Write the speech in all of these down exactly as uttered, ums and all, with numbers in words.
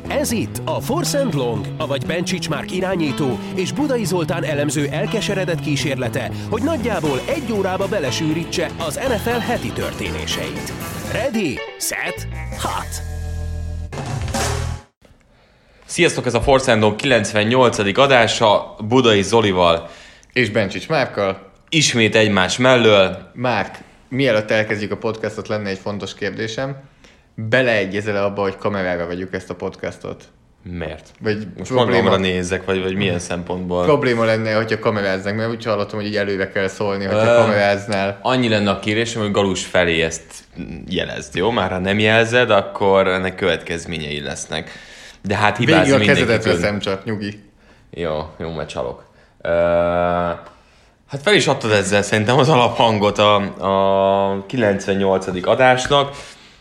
Ez itt a Force and Long, avagy Bencsics Márk irányító és Budai Zoltán elemző elkeseredett kísérlete, hogy nagyjából egy órába belesűrítse az en ef el heti történéseit. Ready, set, hot! Sziasztok, ez a Force and Long kilencvennyolcadik adása Budai Zolival és Bencsics Márkkal. Ismét egymás mellől. Márk, mielőtt elkezdjük a podcastot, lenne egy fontos kérdésem. Beleegyezel abba, hogy kamerára vegyük ezt a podcastot? Miért? Vagy most probléma... magamra nézzek, vagy, vagy milyen szempontból? Probléma lenne, hogyha kameráznak, mert úgy hallottam, hogy így előre kell szólni, hogyha uh, kameráznál. Annyi lenne a kérésem, hogy Galus felé ezt jelezd, jó? Már ha nem jelzed, akkor ennek következményei lesznek. De hát hibázni mindenki. Végig a kezedet ön... veszem csak, nyugi. Jó, jó, mert csalok. Uh, hát fel is adtad ezzel szerintem az alaphangot a, a kilencvennyolcadik adásnak.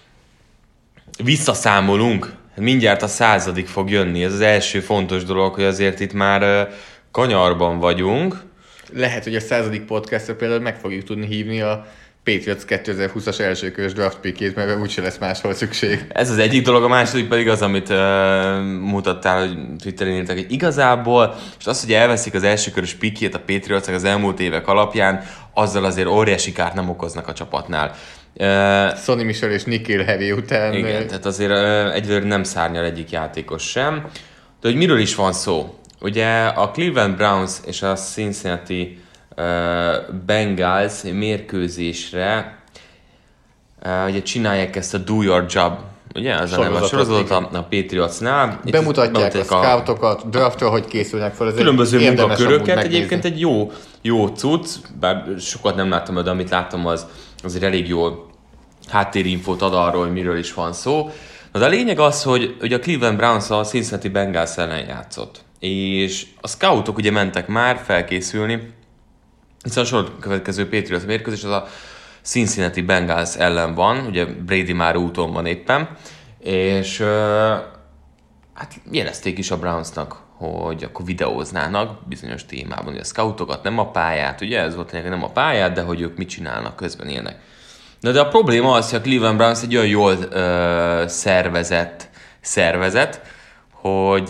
Visszaszámolunk, mindjárt a századik fog jönni. Ez az első fontos dolog, hogy azért itt már kanyarban vagyunk. Lehet, hogy a századik podcastra például meg fogjuk tudni hívni a Patriots kétezer-húszas elsőkörös draft pickét, mert úgyse lesz máshol szükség. Ez az egyik dolog, a második pedig az, amit uh, mutattál, hogy Twitteren írtak, hogy igazából, és az, hogy elveszik az elsőkörös pickét a Patriotsnak az elmúlt évek alapján, azzal azért óriási kárt nem okoznak a csapatnál. Uh, Sonny Michel és N'Keal Harry után... Igen, tehát azért uh, egyelőre nem szárnyal egyik játékos sem. De hogy miről is van szó? Ugye a Cleveland Browns és a Cincinnati uh, Bengals mérkőzésre uh, ugye csinálják ezt a Do Your Job, ugye? Az a neve a sorozatot a, a Patriotsnál. Bemutatják a scoutokat, a... draftra, hogy készülnek fel. Különböző munkaköröket, egyébként egy jó, jó cucc, bár sokat nem láttam, de amit láttam, az azért elég jól háttérinfót ad arról, hogy miről is van szó. Na, de a lényeg az, hogy, hogy a Cleveland Browns a Cincinnati Bengals ellen játszott. És a scoutok ugye mentek már felkészülni, hiszen a sor következő Patriots mérkőzés az a Cincinnati Bengals ellen van, ugye Brady már úton van éppen, és uh, hát jelezték is a Brownsnak, hogy akkor videóznának bizonyos témában, hogy a scoutokat, nem a pályát, ugye ez volt lényeg, nem a pályát, de hogy ők mit csinálnak, közben élnek. Na de a probléma az, hogy a Cleveland Browns egy olyan jól ö, szervezett szervezet, hogy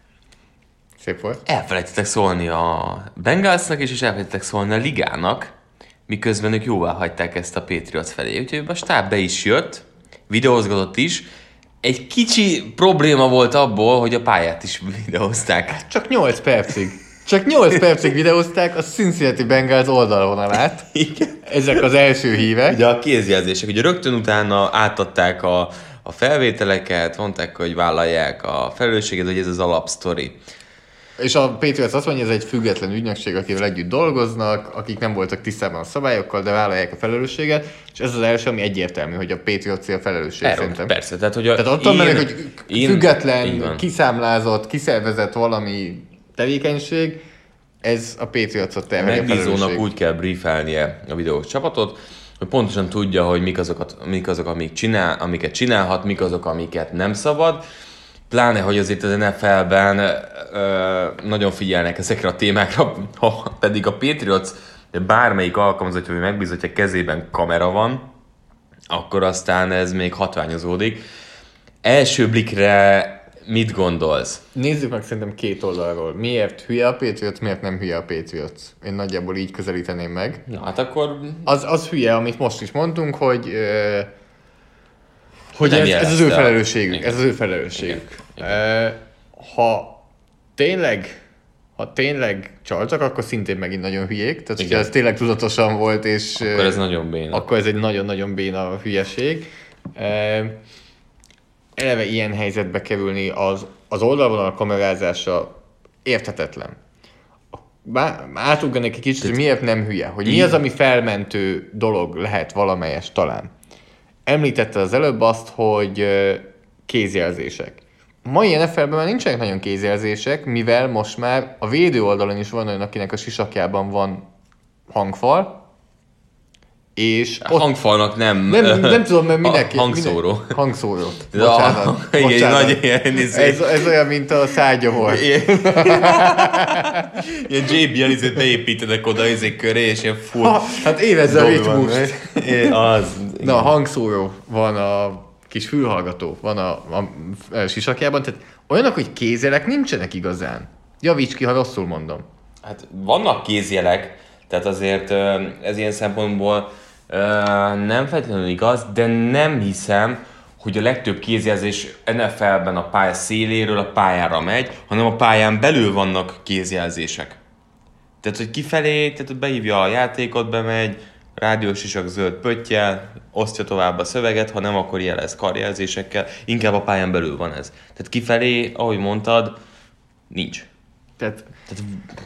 szép volt. Elfelejtettek szólni a Bengalsnak is, és elfelejtettek szólni a ligának, miközben ők jóvá hagyták ezt a Patriots felé. Úgyhogy a stáb be is jött, videózgatott is. Egy kicsi probléma volt abból, hogy a pályát is videózták. Csak nyolc percig. Csak nyolc percig videózták a Cincinnati Bengals oldalvonalát. Igen. Ezek az első hívek. Ugye a kézjelzések. Ugye rögtön utána átadták a, a felvételeket, mondták, hogy vállalják a felelősséget, hogy ez az alapsztori. És a Patriots azt mondja, hogy ez egy független ügynökség, akivel együtt dolgoznak, akik nem voltak tisztában a szabályokkal, de vállalják a felelősséget, és ez az első, ami egyértelmű, hogy a Patriots a felelősség Erről, szerintem. Persze, tehát hogy a tehát attól én, mennek, hogy én, független, kiszámlázott, kiszervezett valami tevékenység, ez a Patriots-ot terheli a felelősség. Megbízónak úgy kell briefelnie a videós csapatot, hogy pontosan tudja, hogy mik azok, mik azok amik csinál, amiket csinálhat, mik azok, amiket nem szabad. Pláne, hogy azért az en ef el-ben ö, nagyon figyelnek ezekre a témákra, ha pedig a Patriots bármelyik alkalmazottja, hogy megbízottja kezében kamera van, akkor aztán ez még hatványozódik. Első blikre mit gondolsz? Nézzük meg szerintem két oldalról. Miért hülye a Patriots, miért nem hülye a Patriots? Én nagyjából így közelíteném meg. Na hát akkor... Az, az hülye, amit most is mondtunk, hogy... Ö, hogy nem ez, ez az ő felelősségük. Igen. Ez az ő felelősségük. Igen. Igen. Ha tényleg, ha tényleg csaltak, akkor szintén megint nagyon hülyék. Tehát, hogyha ez tényleg tudatosan volt, és... Akkor ez nagyon béna. Akkor ez egy nagyon-nagyon béna hülyeség. Eleve ilyen helyzetbe kerülni az, az oldalvonal kamerázása érthetetlen. Átugranék egy kicsit, hogy miért nem hülye. Hogy mi az, ami felmentő dolog lehet valamelyes talán. Említette az előbb azt, hogy kézjelzések. A mai en ef el-ben már nincsenek nagyon kézjelzések, mivel most már a védő oldalon is van olyan, akinek a sisakjában van hangfal, és a ott... hangfalnak nem... Nem, nem tudom, mert mindenki... Hangszóró. Minden... Hangszóró. Bocsánat. A... Bocsánat. Nagy ilyen, ez, ez olyan, mint a szágya volt. Ilyen jé bé el-izét beépítenek oda izé köré, és ilyen full... Ha, hát évezze a ritmust. Az. Na, a hangszóró van a kis fülhallgató van a, a, a sisakjában, tehát olyanok, hogy kézjelek nincsenek igazán. Javíts ki, ha rosszul mondom. Hát vannak kézjelek, tehát azért ez ilyen szempontból nem feltétlenül igaz, de nem hiszem, hogy a legtöbb kézjelzés en ef el-ben a pálya széléről a pályára megy, hanem a pályán belül vannak kézjelzések. Tehát, hogy kifelé, tehát behívja a játékot, bemegy, rádiós sisak zöld pöttyel, osztja tovább a szöveget, ha nem, akkor jelez karjelzésekkel. Inkább a pályán belül van ez. Tehát kifelé, ahogy mondtad, nincs. Tehát, Tehát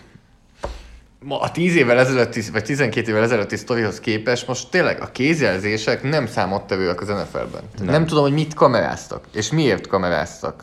ma a tíz évvel ezelőtti, vagy tizenkét évvel ezelőtti sztorihoz képest most tényleg a kézjelzések nem számottevőek az en ef el-ben. Nem. nem tudom, hogy mit kameráztak, és miért kameráztak.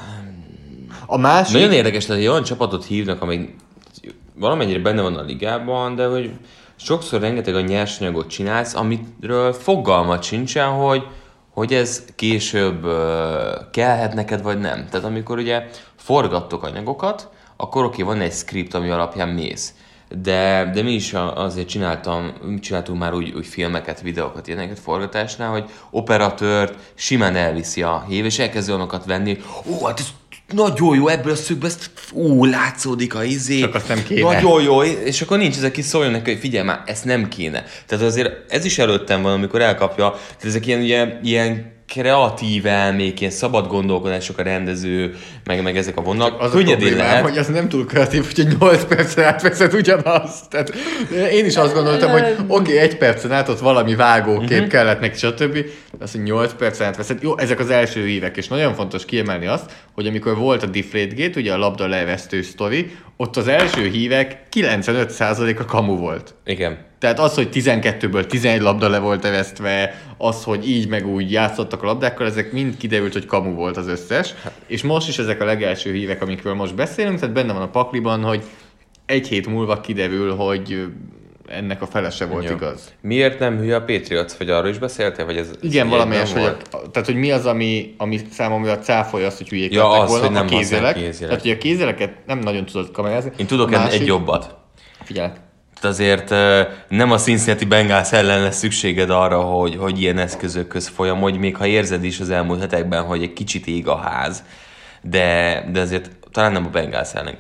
A másik... Nagyon érdekes, hogy olyan csapatot hívnak, amely valamennyire benne van a ligában, de hogy sokszor rengeteg a nyersanyagot csinálsz, amiről fogalmat sincsen, hogy, hogy ez később uh, kellhet neked, vagy nem. Tehát amikor ugye forgattok anyagokat, akkor oké, van egy script, ami alapján mész. De, de mi is azért csináltam, csináltunk már úgy, úgy filmeket, videókat, ilyeneket forgatásnál, hogy operatőrt simán elviszi a hív, és elkezdi olyanokat venni, ó, hát ez nagyon jó, ebből a szögből, ezt, ú, látszódik a izé. Csak azt nem kéne. Nagyon jó, és akkor nincs ez, aki szóljon neki, hogy figyelj már, ezt nem kéne. Tehát azért ez is előttem van, amikor elkapja, tehát ezek ilyen, ugye, ilyen kreatív elmék, ilyen szabad gondolkodások a rendező, meg, meg ezek a vonnak. Az könnyedén a problémám, lehet. Hogy az nem túl kreatív, hogy nyolc percen átveszed ugyanazt. Tehát én is azt gondoltam, hogy oké, okay, egy percen át ott valami vágókép uh-huh. kellett neki, stb. De azt, hogy nyolc percen átveszed. Jó, ezek az első hívek, és nagyon fontos kiemelni azt, hogy amikor volt a Deflategate, ugye a labda leeresztő sztori, ott az első hívek kilencvenöt százaléka kamu volt. Igen. Tehát az, hogy tizenkettőből tizenegy labda le volt eresztve, az, hogy így meg úgy játszottak a labdákkal, ezek mind kiderült, hogy kamu volt az összes. És most is ezek a legelső hívek, amikről most beszélünk, tehát benne van a pakliban, hogy egy hét múlva kiderül, hogy ennek a felese volt Jó. igaz. Miért nem hülye a Patriots, vagy arról is beszéltél? Vagy ez, igen, ez valamelyes, hogy a, tehát hogy mi az, ami, ami számomra cáfolja azt, hogy hülyék ja, lettek az, volna, hogy nem a kézelek. kézelek. Tehát, hogy a kézeleket nem nagyon tudod kamerázni. Én tudok másik... egy jobbat. Figyelj. Tehát azért nem a Cincinnati Bengals ellen lesz szükséged arra, hogy, hogy ilyen eszközökhöz folyamodj, még ha érzed is az elmúlt hetekben, hogy egy kicsit ég a ház, de, de azért talán nem a Bengals ellen.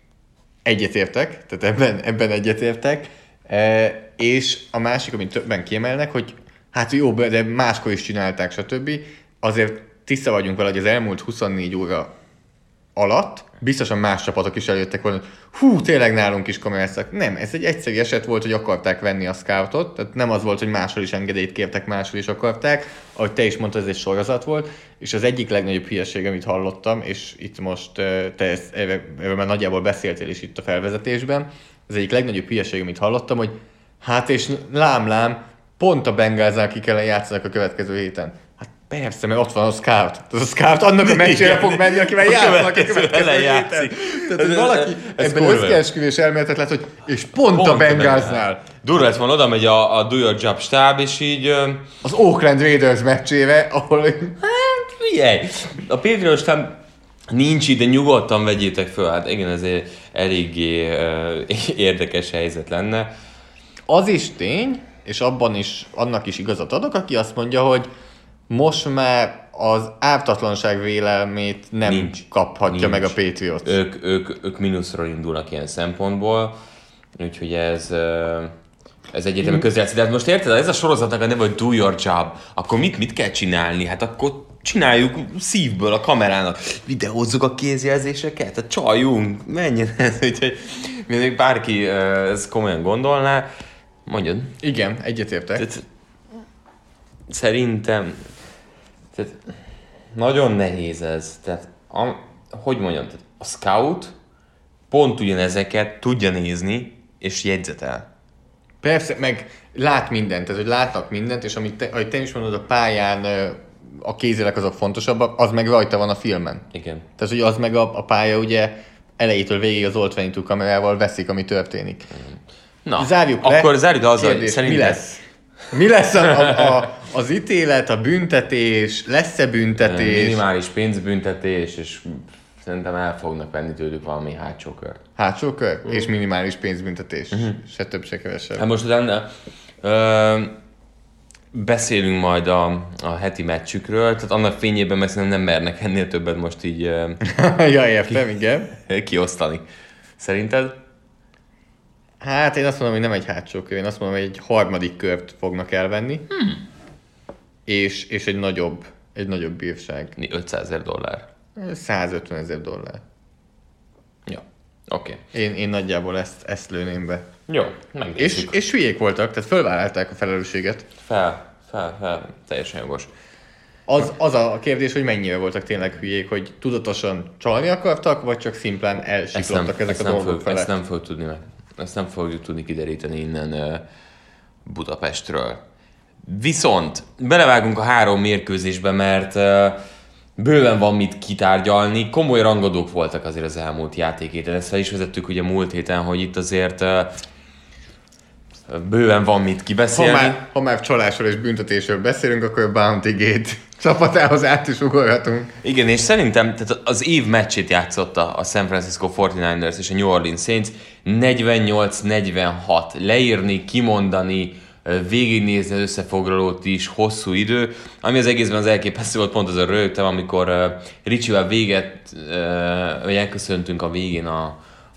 Egyetértek, tehát ebben, ebben egyetértek, e, és a másik, amit többen kiemelnek, hogy hát jó, de máskor is csinálták, stb. Azért tiszta vagyunk vele, hogy az elmúlt huszonnégy óra alatt biztosan más csapatok is eljöttek volna, hogy hú, tényleg nálunk is kameráztak. Nem, ez egy egyszerű eset volt, hogy akarták venni a scoutot, tehát nem az volt, hogy máshol is engedélyt kértek, máshol is akarták. Ahogy te is mondtad, ez egy sorozat volt, és az egyik legnagyobb hülyeség, amit hallottam, és itt most te ezt, erről már nagyjából beszéltél is itt a felvezetésben, az egyik legnagyobb hülyeség, amit hallottam, hogy hát és lám-lám, pont a Bengalsnál ki kellene játszanak a következő héten. Hát persze, mert ott van a scout. Az a scout annak a meccsére fog menni, akivel játszanak a következő héten. Tehát, hogy valaki ez ebben összeesküvés elméletet lett, hogy és pont, pont a Bengalsnál. Durva lesz van, oda megy a, a Do Your Job stáb, és így... Az Oakland Raiders meccsére, ahol... Hát, figyelj! A Patriots stáb nincs ide, nyugodtan vegyétek föl. Hát igen, ez egy eléggé uh, érdekes helyzet lenne. Az is tény, és abban is, annak is igazat adok, aki azt mondja, hogy most már az ártatlanság vélelmét nem nincs, kaphatja nincs. meg a Patriots. Ők, ők, ők mínuszról indulnak ilyen szempontból, úgyhogy ez, ez egyértelmű közjátszik. De hát most érted, ez a sorozatnak a neve, hogy Do Your Job, akkor mit, mit kell csinálni? Hát akkor csináljuk szívből a kamerának, videózzuk a kézjelzéseket, hát csaljunk, menjen ez, úgyhogy még bárki ezt komolyan gondolná, mondjad. Igen, egyetértek. Tehát, szerintem tehát, nagyon nehéz ez. Tehát, a, hogy mondjam, tehát a scout pont ugyanezeket tudja nézni, és jegyzetel. Persze, meg lát mindent, tehát hogy látnak mindent, és amit te, ahogy te is mondod, a pályán a kézjelek azok fontosabbak, az meg rajta van a filmen. Igen. Tehát, hogy az meg a, a pálya ugye elejétől végig az old huszonkettő kamerával veszik, ami történik. Na, zárjuk le. Akkor zárjuk le azzal, hogy szerintem... mi lesz? Mi lesz a, a, a, az ítélet, a büntetés, lesz-e büntetés? Minimális pénzbüntetés, és szerintem el fognak venni tőlük valami hátsó kört. Hátsó kör? Uh. És minimális pénzbüntetés. Uh-huh. Se több, se kevesebb. Hát most utána... Ö, beszélünk majd a, a heti meccsükről, tehát annak fényében meg szerintem nem mernek ennél többet most így ja, értem, igen. kiosztani. Szerinted? Hát én azt mondom, hogy nem egy hátsó kör, én azt mondom, hogy egy harmadik kört fognak elvenni, hmm. és, és egy nagyobb, egy nagyobb bírság. ötszázezer dollár. százötvenezer dollár. Jó, oké. Okay. Én, én nagyjából ezt, ezt lőném be. Jó, megnézzük. És, és hülyék voltak, tehát fölvállalták a felelősséget. Fel, fel, fel, teljesen jogos. Az, az a kérdés, hogy mennyire voltak tényleg hülyék, hogy tudatosan csalni akartak, vagy csak szimplán elsiklottak ezek a dolgok fog, felett. Ezt nem fogjuk tudni meg. Ezt nem fogjuk tudni kideríteni innen uh, Budapestről. Viszont belevágunk a három mérkőzésbe, mert uh, bőven van mit kitárgyalni. Komoly rangadók voltak azért az elmúlt játékhéten. Ezt fel is vezettük ugye múlt héten, hogy itt azért uh, bőven van mit kibeszélni. Ha már, ha már csalásról és büntetésről beszélünk, akkor a Bounty Gate csapatához át is ugorhatunk. Igen, és szerintem tehát az év meccsét játszotta a San Francisco negyvenkilencesek és a New Orleans Saints. negyvennyolc negyvenhat. Leírni, kimondani, végignézni az összefoglalót is, hosszú idő. Ami az egészben az elképesztő volt, pont az a rögtem, amikor uh, Ricsivel véget, uh, vagy elköszöntünk a végén a,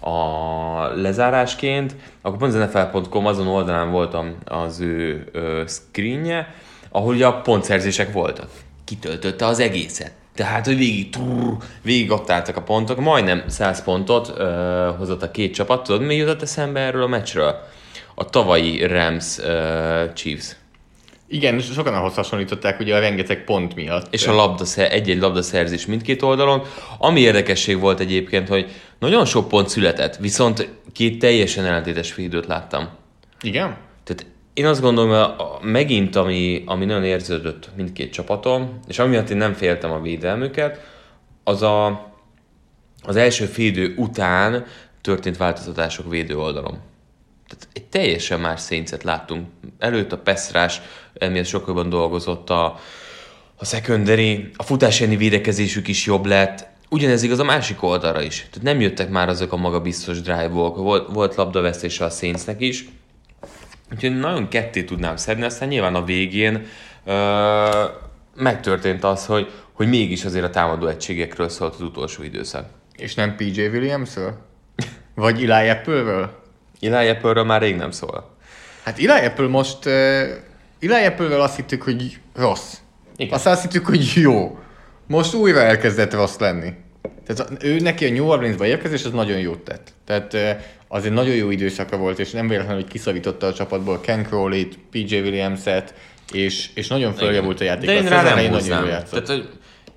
a lezárásként, akkor pont az en ef el pont com azon oldalán voltam az ő uh, screenje, ahol ugye a pontszerzések voltak. Kitöltötte az egészet. Tehát, hogy végig, trrr, végig ott álltak a pontok, majdnem száz pontot uh, hozott a két csapat. Tudod, mi jutott eszembe erről a meccsről? A tavalyi Rams uh, Chiefs. Igen, sokan ahhoz hasonlították ugye a rengeteg pont miatt. És a labda, egy-egy labdaszerzés mindkét oldalon. Ami érdekesség volt egyébként, hogy nagyon sok pont született, viszont két teljesen ellentétes félidőt láttam. Igen? Tehát én azt gondolom, hogy megint, ami, ami nagyon érződött mindkét csapaton, és amiatt én nem féltem a védelmüket, az a, az első félidő után történt változtatások védő oldalon. Tehát egy teljesen más Saintset láttunk. Előtt a pass-rush, emiatt sokkal jobban dolgozott a, a secondary, a futás elleni védekezésük is jobb lett. Ugyanez igaz a másik oldalra is. Tehát nem jöttek már azok a magabiztos drive-ok, volt, volt labdavesztése a Saintsnek is. Úgyhogy nagyon ketté tudnám szedni, aztán nyilván a végén ö, megtörtént az, hogy, hogy mégis azért a támadó egységekről szólt az utolsó időszak. És nem pé jé Williamsről? Vagy Eli Apple-ről? Eli Apple-ről már rég nem szól. Hát Eli Apple most... Uh, Eli Apple-vel azt hittük, hogy rossz. Igen. Azt azt hittük, hogy jó. Most újra elkezdett rossz lenni. Tehát ő neki a New Orleansba érkezés, az nagyon jót tett. Tehát uh, az egy nagyon jó időszaka volt, és nem véletlenül, hogy kiszavította a csapatból Ken Crowley-t, pé jé Williams-et, és, és nagyon följavult a játék. De én rá nem húznám. Tehát, hogy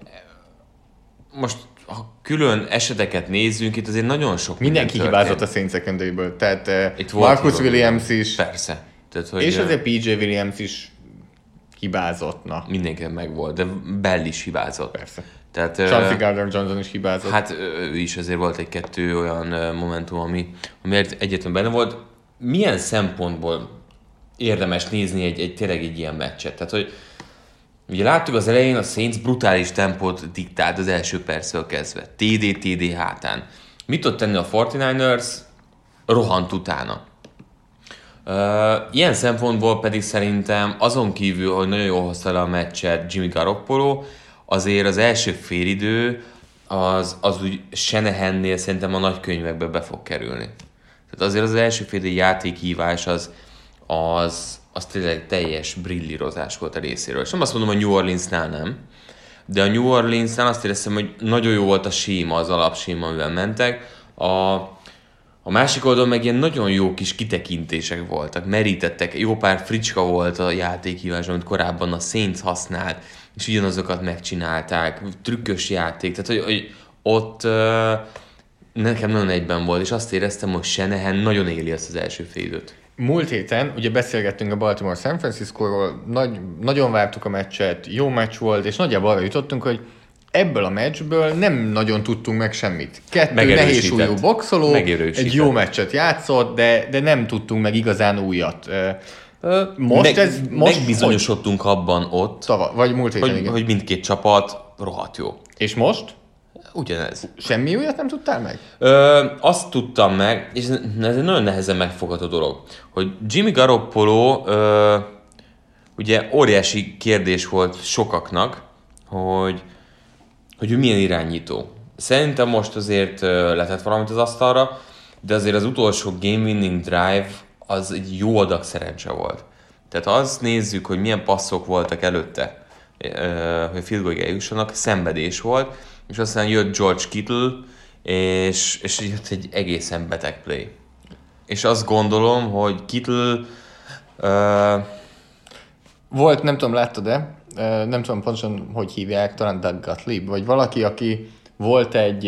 most ha külön eseteket nézzünk, itt azért nagyon sok mindenki hibázott a Saints secondary-ből. Tehát itt Marcus Williams is. Persze. Tehát, hogy és azért pé jé Williams is hibázott. Na. Mindenkinek megvolt, de Bell is hibázott. Persze. Tehát, Chauncey Gardner-Johnson is hibázott. Hát ő is azért volt egy-kettő olyan momentum, ami, ami egyetlen benne volt. Milyen szempontból érdemes nézni egy, egy tényleg egy ilyen meccset? Tehát, hogy ugye láttuk az elején, a Saints brutális tempót diktált az első perctől kezdve. té dé té dé hátán. Mit tud tenni a negyvenkilencesek? Rohant utána. Uh, ilyen szempontból pedig szerintem azon kívül, hogy nagyon jól hozta le a meccset Jimmy Garoppolo, azért az első félidő az, az úgy Shanahannél szerintem a nagykönyvekbe be fog kerülni. Tehát azért az első félidő játékhívás az, az az tényleg teljes brillírozás volt a részéről. És nem azt mondom, hogy New Orleansnál nem, de a New Orleansnál azt éreztem, hogy nagyon jó volt a séma, az alapséma, amivel mentek. A, a másik oldalon meg ilyen nagyon jó kis kitekintések voltak, merítettek, jó pár fricska volt a játékhívás, amit korábban a Saints használt, és ugyanazokat megcsinálták, trükkös játék, tehát hogy, hogy ott uh, nekem nagyon egyben volt, és azt éreztem, hogy Shanahan nagyon éli azt az első félidőt. Múlt héten ugye beszélgettünk a Baltimore-San Francisco-ról, nagy, nagyon vártuk a meccset, jó meccs volt, és nagyjából arra jutottunk, hogy ebből a meccsből nem nagyon tudtunk meg semmit. Kettő nehéz súlyú boxoló, egy jó meccset játszott, de, de nem tudtunk meg igazán újat. Most meg, ez... Most megbizonyosodtunk hogy? abban ott, Tava, vagy múlt héten, hogy, hogy mindkét csapat rohadt jó. És most? Ugyanez. Semmi újat nem tudtál meg? Ö, azt tudtam meg, és ez egy nagyon nehezen megfogható dolog, hogy Jimmy Garoppolo, ö, ugye óriási kérdés volt sokaknak, hogy, hogy ő milyen irányító. Szerintem most azért letett valamit az asztalra, de azért az utolsó game winning drive az egy jó adag szerencse volt. Tehát azt nézzük, hogy milyen passzok voltak előtte, hogy field goal-ig eljussanak, szenvedés volt, és aztán jött George Kittle, és, és jött egy egészen beteg play. És azt gondolom, hogy Kittle... Uh... Volt, nem tudom, láttad-e, nem tudom pontosan, hogy hívják, talán Doug Gottlieb, vagy valaki, aki volt egy,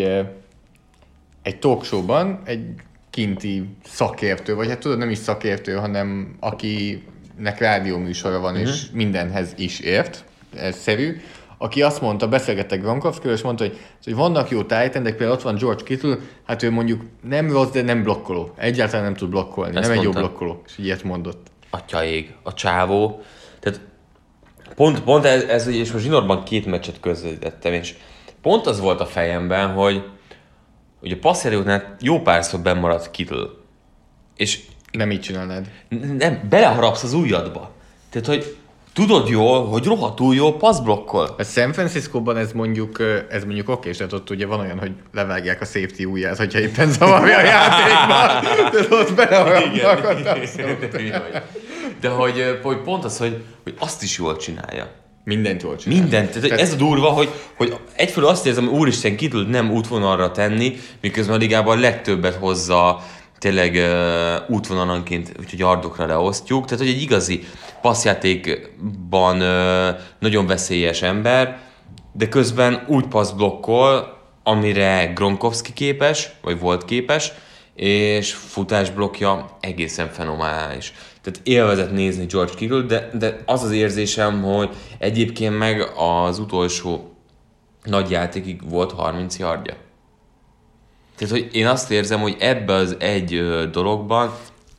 egy talk show-ban, egy kinti szakértő, vagy hát tudod, nem is szakértő, hanem akinek rádióműsora van, mm-hmm. és mindenhez is ért, ez szerű, aki azt mondta, beszélgettek Gronkowskiról, és mondta, hogy, hogy vannak jó tight endek, például ott van George Kittle, hát ő mondjuk nem rossz, de nem blokkoló. Egyáltalán nem tud blokkolni, ezt nem mondta. Egy jó blokkoló, és ilyet mondott. Atyaég, a csávó. Tehát pont, pont ez, ez, és most zsinórban két meccset közvetítettem, és pont az volt a fejemben, hogy, hogy a passzerjóknál jó párszor benn maradt Kittle. És nem így csinálnád. Nem, beleharapsz az ujjadba. Tehát, hogy tudod jól, hogy rohadtul jó passzblokkol. A San Francisco-ban ez mondjuk, ez mondjuk oké, és tehát ott ugye van olyan, hogy levágják a safety ujját, hogyha éppen zavarja a játékban, de ott beleharapnak a tászót. De hogy, hogy pont az, hogy, hogy azt is jól csinálja. Mindent jól csinálja. Mindent. Tehát, tehát ez a durva, hogy, hogy egyfelől azt érzem, hogy úristen, ki tud nem útvonalra tenni, miközben a ligában a legtöbbet hozza tényleg uh, útvonalanként, úgyhogy ardokra leosztjuk. Tehát, hogy egy igazi passzjátékban uh, nagyon veszélyes ember, de közben úgy passzblokkol, amire Gronkowski képes, vagy volt képes, és futásblokkja egészen fenomenális. Tehát élvezett nézni George Kittle, de, de az az érzésem, hogy egyébként meg az utolsó nagy játékig volt harminc yardja. Tehát, hogy én azt érzem, hogy ebbe az egy ö, dologban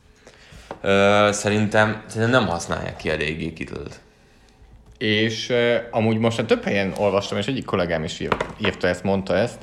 ö, szerintem, szerintem nem használják ki eléggé Kittle-t. És uh, amúgy most több helyen olvastam, és egyik kollégám is írta ezt, mondta ezt,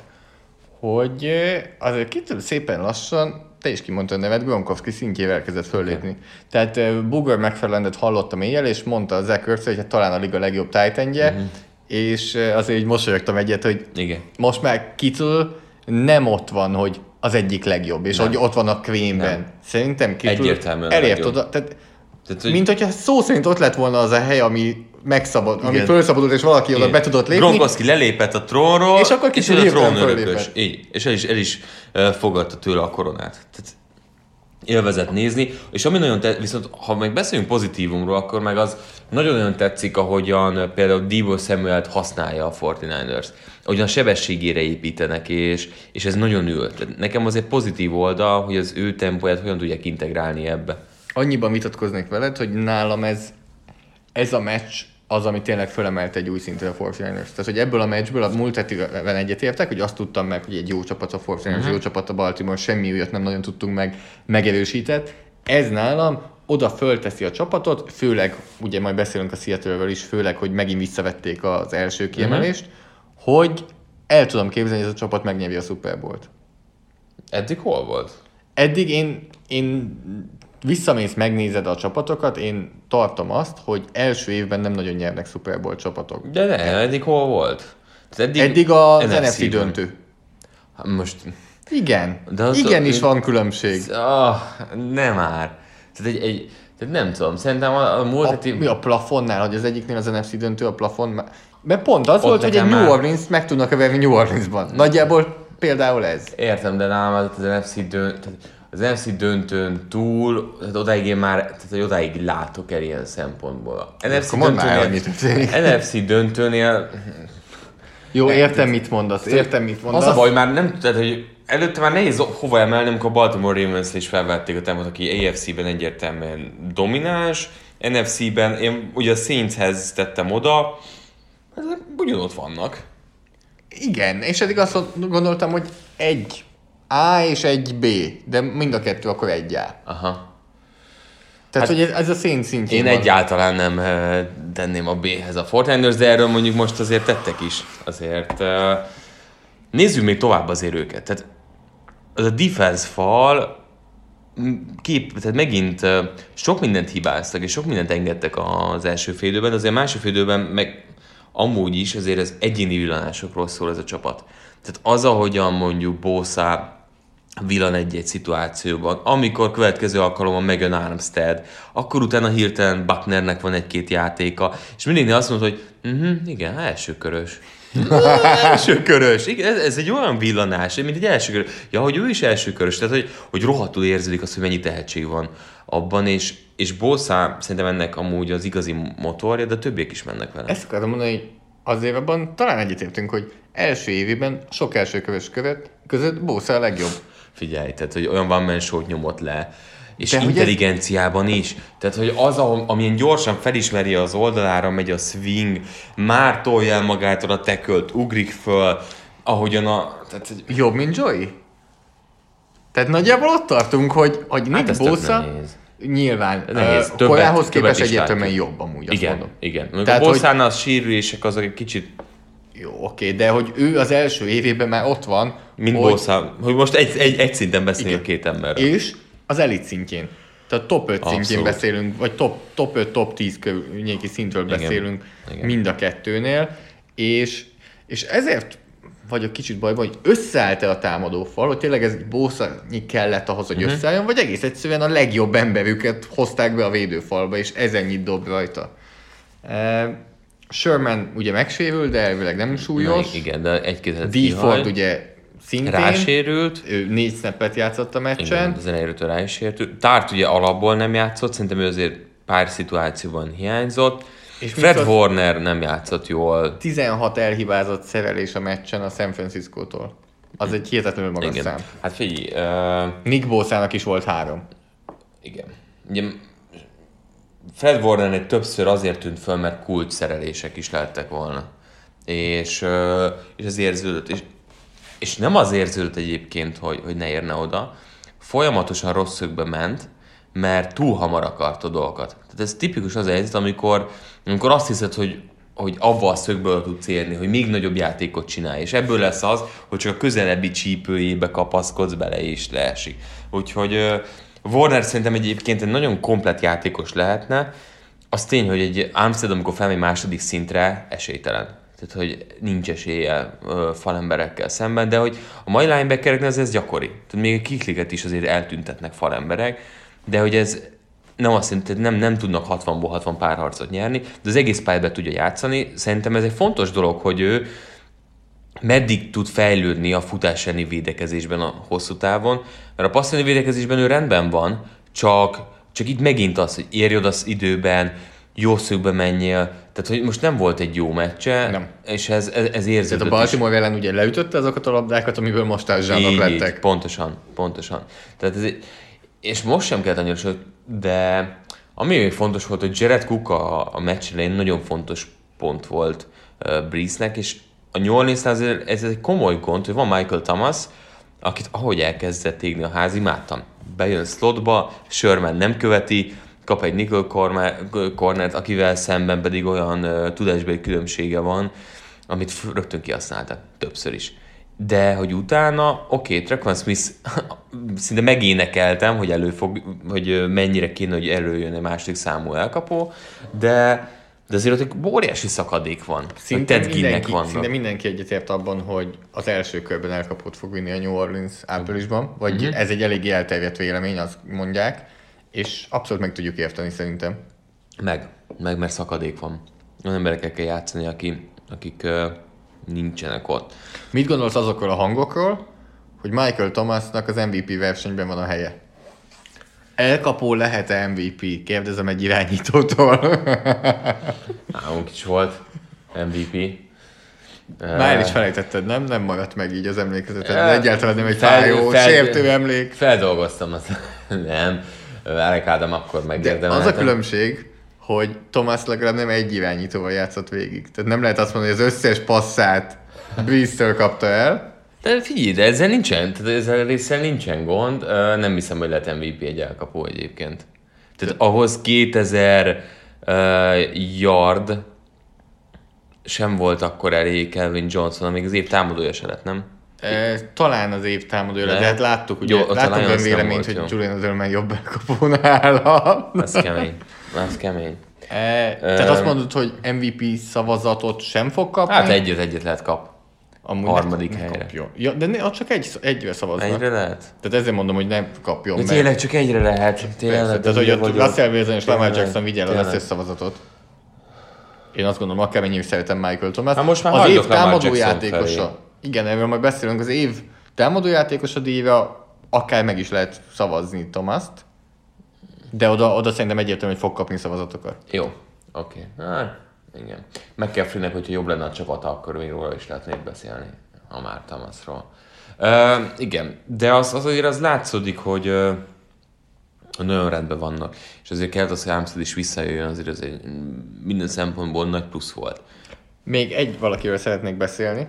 hogy uh, azért Kittle szépen lassan, te is kimondtad a nevet, Gronkowski szintjével elkezdett föllépni. Okay. Tehát uh, Booger McFarlandet hallottam éjjel, és mondta a Zach Ertz, hogy hát talán a liga legjobb tight endje, uh-huh. és uh, azért így mosolyogtam egyet, hogy igen. Most már Kittle nem ott van, hogy az egyik legjobb, és nem. Hogy ott van a Queenben. Szerintem Kittle elért oda. Tehát, tehát, hogy... mint hogyha szó szerint ott lett volna az a hely, ami megszabad, ami fölszabadult, és valaki igen. oda be tudott lépni. Gronkowski lelépett a trónról, és akkor és a trón örökös. Így, és el is, el is uh, fogadta tőle a koronát. Tehát élvezett nézni, és ami nagyon tetszik, viszont ha meg beszélünk pozitívumról, akkor meg az nagyon-nagyon tetszik, ahogyan például Deebo Samuelt használja a negyvenkilencesers. Ahogyan a sebességére építenek, és, és ez nagyon ül. Nekem azért pozitív oldal, hogy az ő tempóját hogyan tudják integrálni ebbe. Annyiban vitatkoznék veled, hogy nálam ez, ez a meccs az, ami tényleg fölemelt egy új szintre a negyvenkilencesers. Tehát, hogy ebből a meccsből a múlt héten egyetértek, hogy azt tudtam meg, hogy egy jó csapat a negyvenkilencesers, uh-huh. jó csapat a Baltimore, semmi újat nem nagyon tudtunk meg, megerősített. Ez nálam oda fölteszi a csapatot, főleg, ugye majd beszélünk a Seattle-ről is, főleg, hogy megint visszavették az első kiemelést, uh-huh. hogy el tudom képzelni, hogy ez a csapat megnyeri a Super Bowl-t. Eddig hol volt? Eddig én, én visszamész, megnézed a csapatokat, én tartom azt, hogy első évben nem nagyon nyernek Super Bowl csapatok. De ne, eddig hol volt? Eddig, eddig az en ef cé döntő. Most... Igen, de igen is van különbség. Oh, nem már. Tehát, egy, egy, tehát nem tudom, szerintem a, a múlt heti... Mi a plafonnál, hogy az egyiknél az en ef cé döntő a plafon... Mert pont az ott volt, hogy egy New Orleans meg tudnak verni New Orleansban. Nagyjából például ez. Értem, de nálam az en ef cé döntő... Az en ef cé döntőn túl, tehát odáig én már, tehát hogy odáig látok el ilyen szempontból. en ef cé döntőnél, en ef cé döntőnél... Jó, értem, mit mondasz, értem, mit mondasz. Az a baj, már nem, tehát, hogy előtte már nehéz hova emelni, amikor a Baltimore Ravens is felvették a tempót, aki á ef cé-ben egyértelműen domináns, en ef cé-ben én ugye a Saintshez tettem oda, ugyanott vannak. Igen, és eddig azt gondoltam, hogy egy A és egy B, de mind a kettő akkor egy A. Aha. Tehát, hát, hogy ez, ez a Saints szintjén én van. Egyáltalán nem uh, tenném a B-hez a negyvenkilencesers, de erről mondjuk most azért tettek is. Azért uh, nézzük még tovább azért őket. Tehát az a defense fal kép, tehát megint sok mindent hibáztak, és sok mindent engedtek az első fél időben, azért a második fél időben meg amúgy is azért az egyéni villanásokról szól ez a csapat. Tehát az, ahogyan mondjuk Bosa villan egy-egy szituációban, amikor következő alkalommal megjön Armstead, akkor utána hirtelen Bucknernek van egy-két játéka, és mindig azt mondod, hogy uh-huh, igen, első körös. első körös. Igen, ez, ez egy olyan villanás, mint egy első körös. Ja, hogy ő is első körös, tehát hogy, hogy rohadtul érződik azt, hogy mennyi tehetség van abban, és, és Bosa szerintem ennek amúgy az igazi motorja, de többiek is mennek vele. Ezt akartam mondani, hogy azért abban talán egyetértünk, hogy első évében sok első körös követ között Bosa a legjobb. Figyelj, tehát hogy olyan one man show-t nyomott le, és de intelligenciában ez... is. Tehát, hogy az, amilyen gyorsan felismeri az oldalára, megy a swing, már tolja el magától a tackle-t, ugrik föl, ahogyan a... Tehát, hogy... Jobb, mint Joey? Tehát nagyjából ott tartunk, hogy, hogy Nick hát Bosa nyilván nehéz. Uh, korához képest egyértelműen jobb amúgy, azt igen, mondom. Igen, igen. Tehát, a Bosánál hogy... a sérülések azok egy kicsit... Jó, oké, de hogy ő az első évében már ott van. Mint hogy... Bosa, hogy most egy, egy, egy szinten beszélünk két emberről. És az elit szintjén. Tehát top öt Abszolút. Szintjén beszélünk, vagy top, top öt, top tíz környéki szintről igen. beszélünk igen. mind a kettőnél, és, és ezért vagyok kicsit bajban, hogy összeállt-e a támadófal, hogy tényleg ez Bosa-nyi kellett ahhoz, hogy uh-huh. összeálljon, vagy egész egyszerűen a legjobb emberüket hozták be a védőfalba, és ez ennyit dob rajta. Uh, Sherman ugye megsérült, de elvileg nem súlyos. Na, igen, de egy-két D. Ford ugye szintén. Rásérült. Ő négy snappet játszott a meccsen. Igen, az elejétől rá is sérült. Tart ugye alapból nem játszott, szerintem ő azért pár szituációban hiányzott. És Fred Warner nem játszott jól. tizenhat elhibázott szerelés a meccsen a San Francisco-tól. Az egy hihetetlenül magas igen. szám. Hát figyelj. Uh... Nick Bosának is volt három. Igen. Ugye Fred Warnernek többször azért tűnt föl, mert kulcs szerelések is lehettek volna. És, uh, és ez érződött. És, és nem az érződött egyébként, hogy, hogy ne érne oda. Folyamatosan rossz szögbe ment, mert túl hamar akart a dolgokat. Tehát ez tipikus az a helyzet, amikor, amikor azt hiszed, hogy, hogy avval a szögből tudsz érni, hogy még nagyobb játékot csinálj, és ebből lesz az, hogy csak a közelebbi csípőjébe kapaszkodsz bele, és leesik. Úgyhogy uh, Warner szerintem egyébként egy nagyon komplett játékos lehetne. Az tény, hogy egy Armstead, amikor felmegy második szintre, esélytelen. Tehát, hogy nincs esélye uh, falemberekkel szemben, de hogy a mai linebackereknél ez, ez gyakori. Tehát még a kikliket is azért eltüntetnek falemberek, de hogy ez nem azt jelenti, nem, nem tudnak hatvanból hatvan párharcot nyerni, de az egész pályát tudja játszani. Szerintem ez egy fontos dolog, hogy ő meddig tud fejlődni a futás elleni védekezésben a hosszú távon, mert a passz elleni védekezésben ő rendben van, csak, csak itt megint az, hogy érj oda az időben, jó szögbe menjél, tehát hogy most nem volt egy jó meccse, nem. És ez, ez, ez érződött. Tehát a Baltimore ellen ugye leütötte azokat a labdákat, amiből most társadalmak lettek. Így, pontosan, pontosan. Tehát ez egy, és most sem kellett annyira sok, de ami még fontos volt, hogy Jared Cook a, a meccs elején nagyon fontos pont volt uh, Breeze-nek, és a New Orleans-nál ez, ez egy komoly gond, hogy van Michael Thomas, akit ahogy elkezdett égni a ház, imádtam. Bejön slotba, Sherman nem követi, kap egy nickel cornert, akivel szemben pedig olyan uh, tudásbeli különbsége van, amit rögtön kihasználtak többször is. De hogy utána, oké, okay, Tre'Quan Smith szinte megénekeltem, hogy előfog, hogy mennyire kéne, hogy előjön egy második számú elkapó, de, de azért ott egy óriási szakadék van. Szinte mindenki, szinte mindenki egyetért abban, hogy az első körben elkapót fog vinni a New Orleans áprilisban, vagy uh-huh. ez egy eléggé elterjedt vélemény, azt mondják, és abszolút meg tudjuk érteni szerintem. Meg, meg mert szakadék van. Olyan emberekkel kell játszani, akik, akik uh, nincsenek ott. Mit gondolsz azokról a hangokról, hogy Michael Thomasnak az em vé pé versenyben van a helye? Elkapó lehet-e em vé pé? Kérdezem egy irányítótól. Nálunk is volt em vé pé. Már el is felejtetted, nem? Nem maradt meg így az emlékezeted. Uh, egyáltalán nem egy fájó, fel, sértő emlék. Feldolgoztam azt. Nem. Alec Adam akkor megérdemeltem. Az a különbség, hogy Thomas legalább nem egy irányítóval játszott végig. Tehát nem lehet azt mondani, hogy az összes passzát Breeze-től kapta el. De figyelj, de ezzel nincsen, tehát ezzel részsel nincsen gond. Nem hiszem, hogy lehet em vé pé egy elkapó egyébként. Tehát de... ahhoz kétezer uh, yard sem volt akkor elég Calvin Johnson, amíg az év támadója se lett, nem? E, talán az év támadója, de, de hát láttuk, ugye, jó, láttuk olyan véleményt, hogy Julian Edelman jobb elkapó nála. Ez kemény. Ez kemény. E, tehát azt mondod, hogy em vé pé szavazatot sem fog kapni? Hát egyet, egyet lehet kap. Amúgy harmadik ne, ne helyre. Kapjon. Ja, de ne, csak egy, egyre szavaznak. Egyre lehet? Tehát ezért mondom, hogy nem kapjon. De tényleg csak egyre lehet. Tényleg. Tehát, hogy a Russell Wilson és Lamar Jackson vigye el az összes szavazatot. Én azt gondolom, akármennyire szeretem Michael Thomas. Hát most már az év támadójátékosa. Igen, erről majd beszélünk. Az év támadójátékosa díjra akár meg is lehet szavazni Thomast, de oda, oda szerintem egyértelmű, hogy fog kapni szavazatokat. Jó, oké. Okay. Hát, igen. McCaffreynek, hogyha jobb lenne a csapata, akkor még róla is lehetnék beszélni, ha már Thomasról. Uh, igen, de az, az azért az látszódik, hogy uh, nagyon rendben vannak, és azért kellett az, hogy Armstead is visszajöjjön, azért ez egy minden szempontból nagy plusz volt. Még egy valakiről szeretnék beszélni.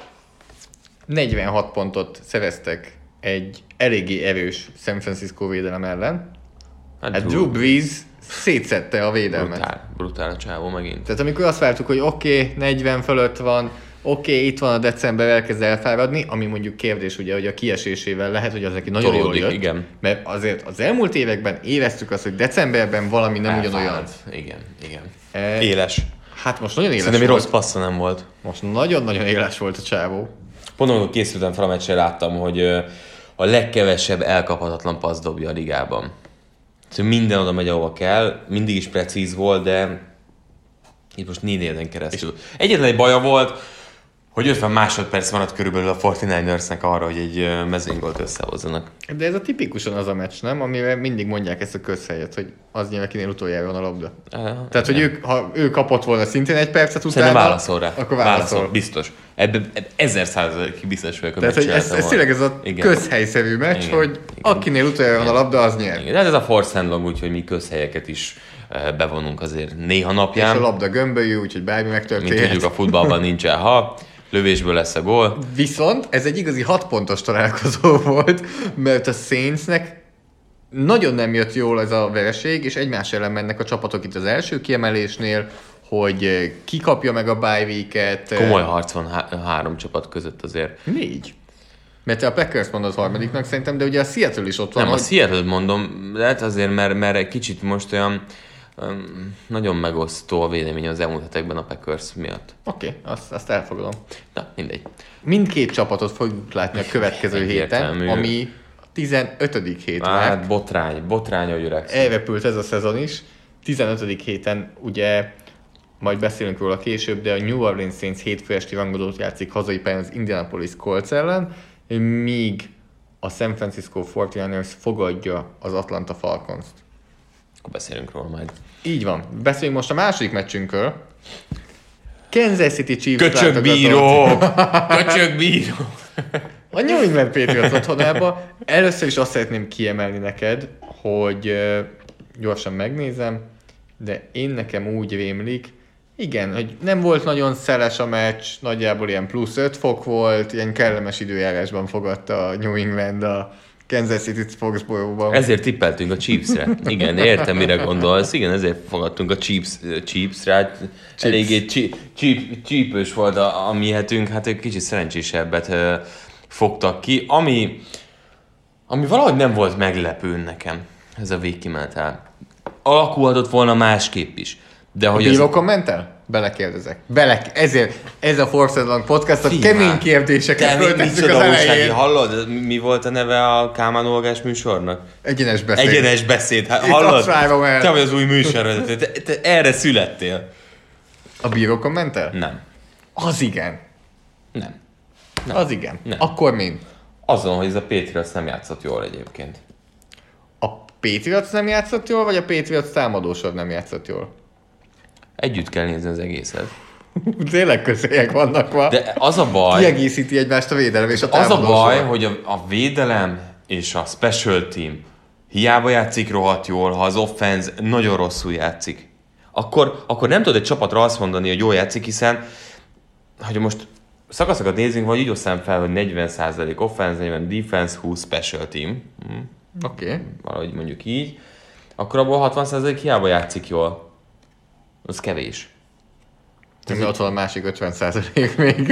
negyvenhat pontot szereztek egy eléggé erős San Francisco védelem ellen. Hát, hát Drew Brees szétszette a védelmet. Brutál, brutál a csávó megint. Tehát amikor azt vártuk, hogy oké, okay, negyven fölött van, oké, okay, itt van a december, elkezd elfáradni, ami mondjuk kérdés ugye, hogy a kiesésével lehet, hogy az neki nagyon Tolódik, jól jött. Igen. Mert azért az elmúlt években éreztük azt, hogy decemberben valami nem Elfárad. ugyanolyan. Igen, igen. E, éles. Hát most nagyon éles Szerintem volt. rossz passza nem volt. Most nagyon-nagyon éles volt a csávó. Pont amikor készültem fel a meccsre, láttam, hogy a legkevesebb elkaphatatlan passz dobja a ligában. Szóval minden oda megy, ahova kell, mindig is precíz volt, de itt most négy éven keresztül. Egyetlen egy baja volt, hogy ötven másodperc maradt körülbelül a negyvenkilencersnek arra, hogy egy mezőnygolt összehozzanak. De ez a tipikusan az a meccs, nem? Amivel mindig mondják ezt a közhelyet, hogy az nyilván kinél utoljára van a labda. Uh, Tehát, hogy ők, ha ő kapott volna szintén egy percet utána, szerintem válaszol rá. Akkor válaszol. válaszol. Biztos. Ebben ebbe ezer százalékig biztos vagyok, hogy Tehát, hogy ez, ez tényleg ez a igen. közhelyszerű meccs, igen. hogy igen. akinél utoljára van a labda, az nyer. Igen. De ez a force handling, úgyhogy mi közhelyeket is bevonunk azért néha napján. És a labda gömbölyű, úgyhogy bármi megtörténhet. Mint tudjuk, a futballban nincsen ha. Lövésből lesz a gól. Viszont ez egy igazi hat pontos találkozó volt, mert a Saintsnek nagyon nem jött jól ez a vereség, és egymás ellen mennek a csapatok itt az első kiemelésnél, hogy ki kapja meg a bye weeket. Komoly harc van há- három csapat között azért. Négy. Mert te a Packers mondod harmadiknak szerintem, de ugye a Seattle is ott van. Nem, hogy... a Seattle mondom, lehet azért, mert, mert egy kicsit most olyan um, nagyon megosztó a vélemény az elmúlt hetekben a Packers miatt. Oké, okay, azt, azt elfogadom. Na, mindegy. Mindkét csapatot fogjuk látni a következő héten, ami a tizenötödik hét már. Hát botrány, botrány, hogy öregszik. Elrepült ez a szezon is. tizenötödik héten ugye majd beszélünk róla később, de a New Orleans Saints hétfő esti rangadót játszik hazai pályán az Indianapolis Colts ellen, míg a San Francisco negyvenkilencesers fogadja az Atlanta Falcons-t. Akkor beszélünk róla majd. Így van. Beszéljünk most a második meccsünkről. Kansas City Chiefs Köcsög bíró! Köcsög bíró! A New England Patriots otthonába. Először is azt szeretném kiemelni neked, hogy uh, gyorsan megnézem, de én nekem úgy rémlik, igen, hogy nem volt nagyon szeles a meccs, nagyjából ilyen plusz öt fok volt, ilyen kellemes időjárásban fogadta a New England a Kansas City Foxborough-ban. Ezért tippeltünk a Chiefsre. Igen, értem, mire gondolsz. Igen, ezért fogadtunk a Chiefs, Chiefsre. Eléggé csípős volt a, a mi hetünk, hát egy kicsit szerencsésebbet uh, fogtak ki. Ami, ami valahogy nem volt meglepő nekem, ez a végkimenetel. Alakulhatott volna másképp is. De a hogy bíró az... kommentel? Belekérdezek. Bele... Ezért ez a Force Long Podcast, a kemény kérdéseket föltesszük az elején. Hallod, mi volt a neve a Kálmán Olgás műsornak? Egyenes beszéd. Egyenes beszéd. Hát, hallod? Te vagy az új műsor. Te, te erre születtél. A bíró kommentel? Nem. Az igen. Nem. Nem. Az igen. Nem. Akkor mind. Azon, hogy ez a Patriots nem játszott jól egyébként. A Patriots nem játszott jól, vagy a Patriots támadósor nem játszott jól? Együtt kell nézni az egészet. Tényleg közélyek vannak ma. De az a baj... Kiegészíti egymást a védelem és a támadósor. Az a baj, hogy a, a védelem és a special team hiába játszik rohadt jól, ha az offense nagyon rosszul játszik. Akkor, akkor nem tudod egy csapatra azt mondani, hogy jól játszik, hiszen hogy most szakaszokat nézzünk, vagy így osztám fel, hogy negyven százalék offense, negyven defense, húsz special team. Hm. Oké. Okay. Valahogy mondjuk így. Akkor abból hatvan százalék hiába játszik jól. Az kevés. Tehát ott van a másik ötven százalék még.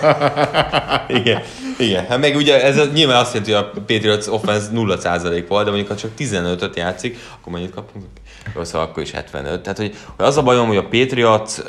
igen, igen. Hát meg ugye ez az, nyilván azt jelenti, hogy a Patriots offense nulla százalék volt, de mondjuk ha csak tizenötöt játszik, akkor mennyit kapunk? Jó, szóval akkor is hetvenöt. Tehát hogy, hogy az a bajom, hogy a Patriots uh,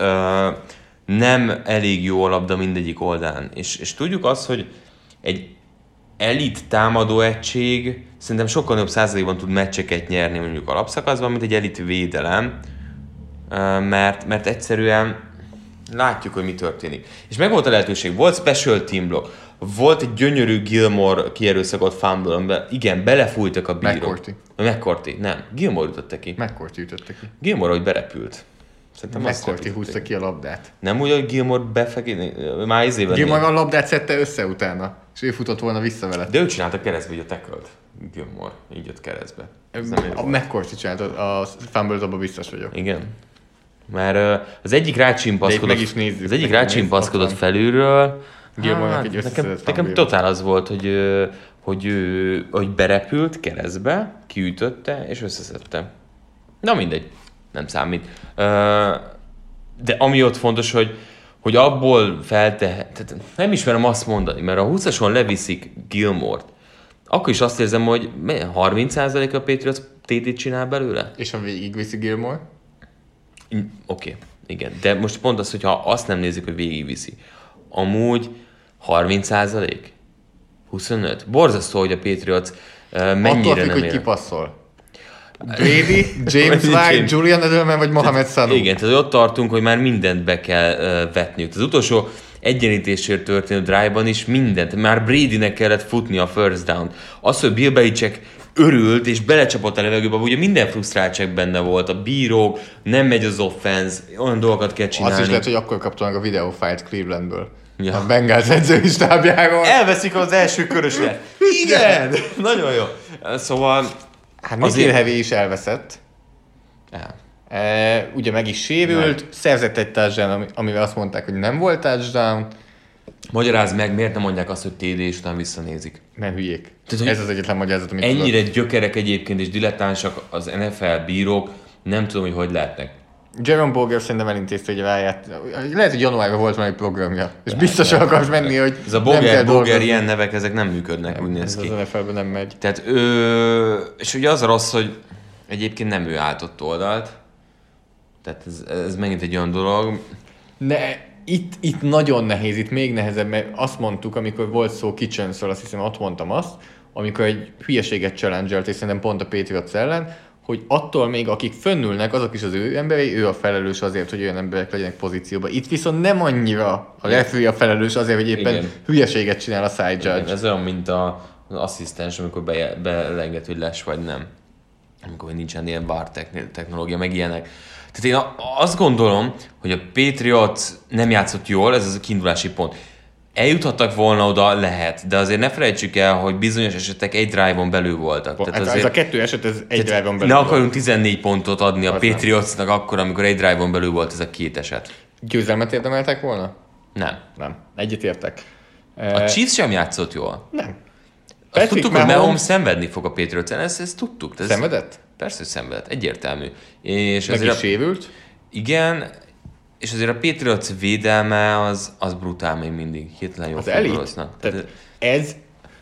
nem elég jó a labda mindegyik oldalán. És, és tudjuk azt, hogy egy elit támadó egység szerintem sokkal nagyobb százalékban tud meccseket nyerni mondjuk alapszakaszban, mint egy elit védelem, mert, mert egyszerűen látjuk, hogy mi történik. És meg volt a lehetőség, volt special team block, volt egy gyönyörű Gilmore kierőszakolt fumble, amiben igen, belefújtak a bírók. McCourty. McCourty, nem. Gilmore ütötte ki. McCourty ütötte ki. Gilmore, hogy berepült. Szerintem McCourty húzta ki a labdát. Nem úgy, hogy Gilmore befekít, már izében... Gilmore a labdát szedte össze utána, és ő futott volna vissza vele. De ő csinálta keresztbe, így a tackle-t. Gilmore, így jött keresztbe. A McCourty csinálta, a fumble-t abban biztos vagyok. Igen. Mert az egyik rácsimpaszkodott, nézzük, az egyik rácsimpaszkodott felülről, hát, egy nekem, nekem totál az volt, hogy, hogy, hogy berepült keresztbe, kiütötte és összeszedte. Na mindegy, nem számít. De ami ott fontos, hogy, hogy abból feltehet, nem ismerem azt mondani, mert a húszason leviszik Gilmore-t, akkor is azt érzem, hogy harminc százalék a Patriots té tét csinál belőle. És ha végigviszi Gilmore? Oké, okay, igen. De most pont az, hogyha azt nem nézzük, hogy végigviszi. Amúgy harminc százalék? huszonöt? Borzasztó, hogy a Patriots uh, mennyire attól függ, nem hogy ér. Ki passzol. Brady, James White, Julian Edelman vagy Mohamed Sanu? Igen, tehát ott tartunk, hogy már mindent be kell uh, vetniük. Az utolsó egyenlítésért történő drive-ban is mindent. Már Bradynek kellett futni a first down. Az, hogy Bill Belichick örült és belecsapott a levegőbe, ugye minden frusztráltság benne volt, a bírók, nem megy az offense, olyan dolgokat kell csinálni. Azt is lehet, hogy akkor kaptam a videófájlt Clevelandből. Ja. A Bengals edzői stábjáról. Elveszik az első körösre. Igen! Nagyon jó. Szóval... Hát Nikhil Harry is elveszett. Ja. E, ugye meg is sérült, meg. Szerzett egy touchdown, amivel azt mondták, hogy nem volt touchdown. Magyarázd meg, miért nem mondják azt, hogy té dé, és utána visszanézik? Mert hülyék. Tehát, ez az egyetlen magyarázat, amit ennyire tudod. Gyökerek egyébként, és dilettánsak az en ef el bírók, nem tudom, hogy hogy lehetnek. Jerome Boger szerintem elintézte, hogy ráját. Lehet, hogy januárban volt valami programja, és biztos el akarsz menni, hogy ez a Boger, Boger ilyen nevek, ezek nem működnek, nem, úgy néz ki. Ez az en ef el-ben nem megy. Tehát ő, és ugye az a rossz, hogy egyébként nem ő álltott oldalt. Tehát ez, ez megint egy olyan dolog. Ne, itt, itt nagyon nehéz, itt még nehezebb, mert azt mondtuk, amikor volt szó Kitchensről, azt hiszem, ott mondtam azt, amikor egy hülyeséget challenge-elt, és szerintem pont a Patriots ellen, hogy attól még akik fönnülnek, azok is az ő emberei, ő a felelős azért, hogy olyan emberek legyenek pozícióban. Itt viszont nem annyira a referee a felelős azért, hogy éppen igen. hülyeséget csinál a side judge. Igen, ez olyan, mint a, az asszisztens, amikor be, belenget, hogy les vagy nem. Amikor nincsen ilyen vár technológia, meg ilyenek. Tehát én azt gondolom, hogy a Patriots nem játszott jól, ez az a kiindulási pont. Eljuthattak volna oda, lehet, de azért ne felejtsük el, hogy bizonyos esetek egy drive-on belül voltak. Tehát tehát ez azért, a kettő eset, ez egy drive-on belül ne akarjunk tizennégy pontot adni a az Patriotsnak nem. Akkor, amikor egy drive-on belül volt ez a két eset. Győzelmet érdemeltek volna? Nem. Nem. Egyetértek. A Chiefs sem játszott jól. Nem. Azt tudtuk, hogy Mahomes szenvedni fog a Patriots-en, ezt, ezt tudtuk. Ez szenvedett? Persze, hogy szenvedett. Egyértelmű. És meg is sérült? Igen, és azért a Patriots védelme az, az brutál még mindig. Hirtelen jól foglalkoznak. Tehát ez,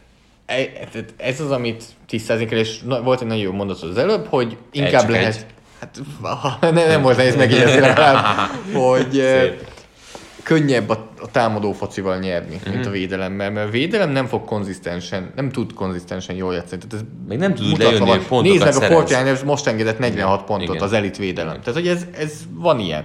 ez, ez az, amit tisztázni kell, és volt egy nagyon jó mondat az előbb, hogy inkább egy, lehet... Egy. Hát nem, nem volt nehéz megjegyezni legalább, hogy Szép. könnyebb a, a támadó focival nyerni, mm-hmm. mint a védelemmel, mert a védelem nem fog konzisztensen, nem tud konzisztensen jól játszani. Tehát ez még nem tud lejönni, hogy pontokat nézd meg szerez. a Fortnite, most engedett negyvenhat igen, pontot igen. az elit védelem. Igen. Tehát, hogy ez, ez van ilyen.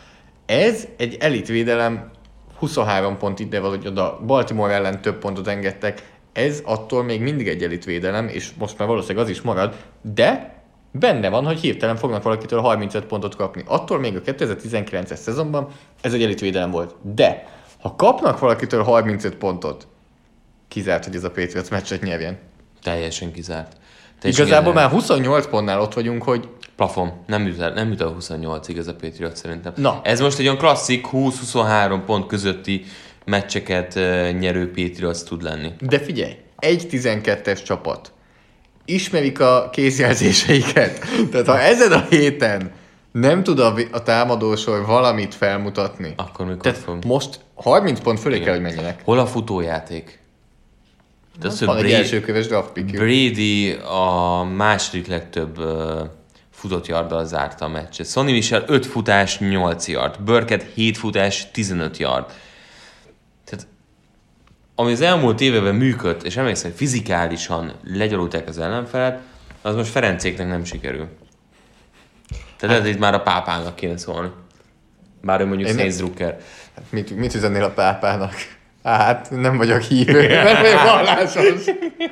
Ez egy elit védelem, huszonhárom pont ide van, hogy oda Baltimore ellen több pontot engedtek, ez attól még mindig egy elit védelem, és most már valószínűleg az is marad, de benne van, hogy hirtelen fognak valakitől harmincöt pontot kapni. Attól még a kétezer-tizenkilences szezonban ez egy elit védelem volt. De ha kapnak valakitől harmincöt pontot, kizárt, hogy ez a Patriots meccset nyerjen. Teljesen kizárt. Teljesen Igazából már huszonnyolc pontnál ott vagyunk, hogy plafon. Nem jut el, nem jut el huszonnyolcig ez a Patriot szerintem. Na. Ez most egy olyan klasszik húsz-huszonhárom pont közötti meccseket uh, nyerő Patriots tud lenni. De figyelj, egy tizenkettes csapat. Ismerik a kézjelzéseiket. Tehát ha ezen a héten nem tud a, a támadósor valamit felmutatni. Akkor mikor Tehát fog? most harminc pont fölé kell, hogy menjenek. Hol a futójáték? De az, van egy Brady, elsőköves draft pick. Brady a második legtöbb uh, futott yarddal zárta a meccset. Sonny Michel öt futás, nyolc yard. Burkett hét futás, tizenöt yard. Tehát ami az elmúlt években működt, és emlékszem, hogy fizikálisan legyalulták az ellenfelet, az most Ferencéknek nem sikerül. Tehát hát, ez itt már a pápának kéne szólni. Bár ő mondjuk Sainz Drucker. Hát mit, mit üzennél a pápának? Hát, nem vagyok hívő, nem vagyok vallásos.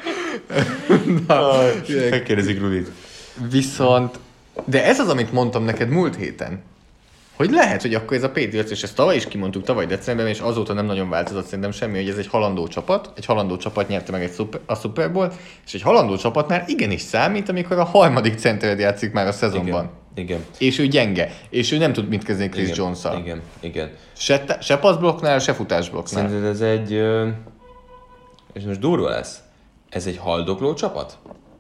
Megkérdezik Rudit. Viszont, de ez az, amit mondtam neked múlt héten. Hogy lehet, hogy akkor ez a Patriots, és ezt tavaly is kimondtuk, tavaly decemberben, és azóta nem nagyon változott szerintem semmi, hogy ez egy halandó csapat, egy halandó csapat nyerte meg egy szuper, a Super Bowl, és egy halandó csapatnál igenis számít, amikor a harmadik centered játszik már a szezonban. Igen. Igen. És ő gyenge, és ő nem tud mit kezdeni Chris Jones-szal. Igen, igen. Se, se passzblokknál, se futásblokknál. Szerinted ez egy, és most durva lesz, ez egy haldokló csapat?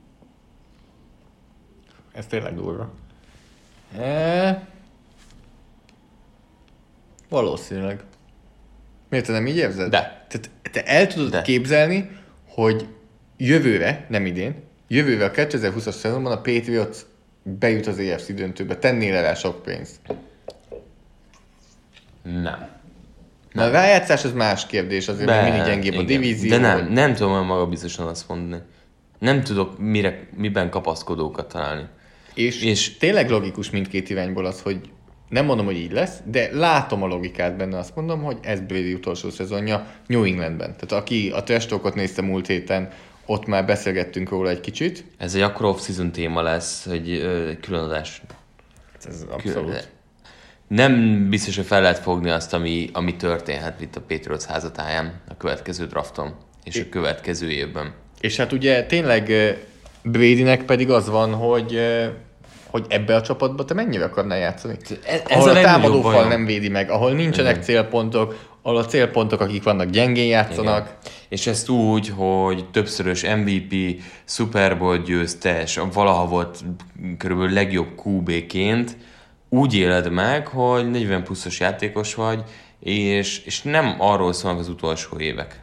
Ez tényleg durva. E... Valószínűleg. Miért te nem így érzed? De. Tehát te el tudod De. képzelni, hogy jövőre, nem idén, jövőre a kétezer-húszas szezonban a Patriots bejut az á ef cé döntőbe, tennél el sok pénzt? Nem. Na, a rájátszás az más kérdés, azért Be, még mindig gyengébb a divízió. De nem, vagy... nem tudom maga biztosan azt mondani. Nem tudok mire, miben kapaszkodókat találni. És, és tényleg logikus mindkét irányból az, hogy nem mondom, hogy így lesz, de látom a logikát benne, azt mondom, hogy ez Brady utolsó szezonja New Englandben. Tehát aki a trash talkot nézte múlt héten, ott már beszélgettünk róla egy kicsit. Ez egy akkora off-season téma lesz, hogy ö, külön adás. Ez abszolút. Külön. Nem biztos, hogy fel lehet fogni azt, ami, ami történhet itt a Patriots házatáján a következő drafton és é. a következő évben. És hát ugye tényleg Bradynek pedig az van, hogy, hogy ebbe a csapatba te mennyire akarnál játszani? Ez, ez ahol a, a támadófal nem védi meg, ahol nincsenek Igen. célpontok, ahol a célpontok, akik vannak, gyengén játszanak. Igen. És ezt úgy, hogy többszörös em vé pé, Super Bowl győztes, valaha volt körülbelül legjobb kú bé-ként, úgy éled meg, hogy negyven pluszos játékos vagy, és, és nem arról szólnak az utolsó évek.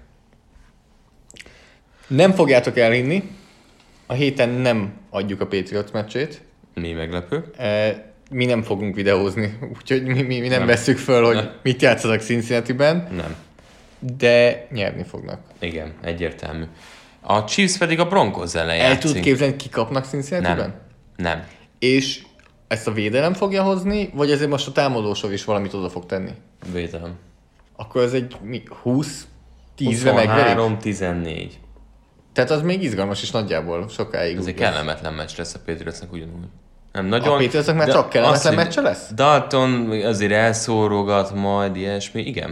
Nem fogjátok elhinni, a héten nem adjuk a Patriots meccsét. Mi meglepő? E, mi nem fogunk videózni, úgyhogy mi, mi, mi nem, nem vesszük föl, hogy nem. mit játszanak Cincinnati-ben. Nem. De nyerni fognak. Igen, egyértelmű. A Chiefs pedig a Broncos ellen játszik. El tudod képzelni, ki kapnak Cincinnati-ben? Nem. Nem. És ezt a védelem fogja hozni, vagy ezért most a támadósor is valamit oda fog tenni? Védelem. Akkor ez egy mi, húsz tízre megverik? huszonhárom tizennégy. Tehát az még izgalmas is nagyjából sokáig. Ez egy kellemetlen meccs lesz a Patriotsnak ugyanúgy. Nem nagyon. A Patriotsnak már csak kellemetlen meccse lesz? Dalton azért elszórogat majd ilyesmi, igen.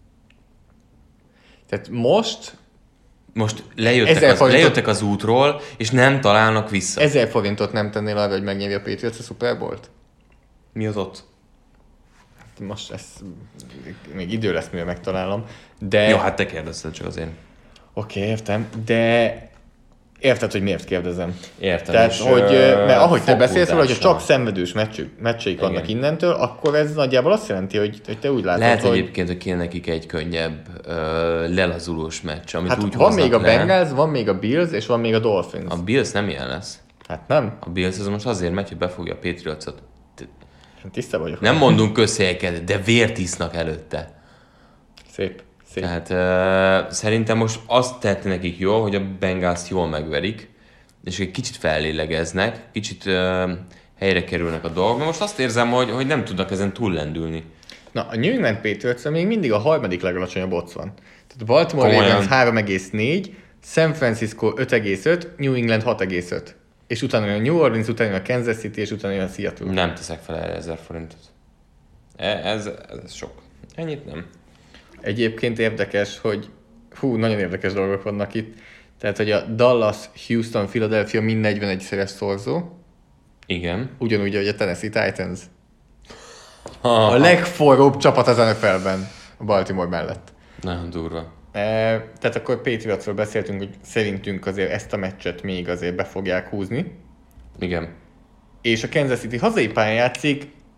Tehát most... Most lejöttek az, forintot... lejöttek az útról, és nem találnak vissza. Ezer forintot nem tennél arra, hogy megnyerje a Patriots a Super Bowl-t? Mi az ott? Most ez... Még idő lesz, mire megtalálom. De... Jó, hát te kérdezted csak azért. Oké, okay, értem, de... Érted, hogy miért kérdezem? Értem. Tehát, hogy, mert ahogy te beszélsz róla, hogyha csak szenvedős meccsük, meccseik Igen. vannak innentől, akkor ez nagyjából azt jelenti, hogy, hogy te úgy látod, Lehet hogy... egyébként, hogy kéne nekik egy könnyebb, uh, lelazulós meccs, amit hát úgy van még a le. Bengals, van még a Bills, és van még a Dolphins. A Bills nem ilyen lesz. Hát nem. A Bills az most azért megy, hogy befogja a Patriotsot. Tiszta vagyok. Nem mondunk közhelyeket, de vért isznak előtte. Szép. Szép. Tehát uh, szerintem most azt tehetni nekik jól, hogy a Bengals jól megverik, és egy kicsit fellélegeznek, kicsit uh, helyre kerülnek a dolgok. Most azt érzem, hogy, hogy nem tudnak ezen túllendülni. Na, a New England Patriots még mindig a harmadik legalacsonyabb odds van. Tehát a Baltimore Ravens három egész négy, San Francisco öt egész öt, New England hat egész öt. És utána a New Orleans, utána a Kansas City, és utána a Seattle. Nem teszek fel erre ezer forintot. Ez, ez sok. Ennyit nem. Egyébként érdekes, hogy hú, nagyon érdekes dolgok vannak itt. Tehát, hogy a Dallas, Houston, Philadelphia mind negyvenegyszeres szorzó. Igen. Ugyanúgy, hogy a Tennessee Titans. Ha. A legforróbb csapat az en ef el-ben a Baltimore mellett. Nagyon durva. E, tehát akkor Patriotsról beszéltünk, hogy szerintünk azért ezt a meccset még azért be fogják húzni. Igen. És a Kansas City hazai pályán játszik,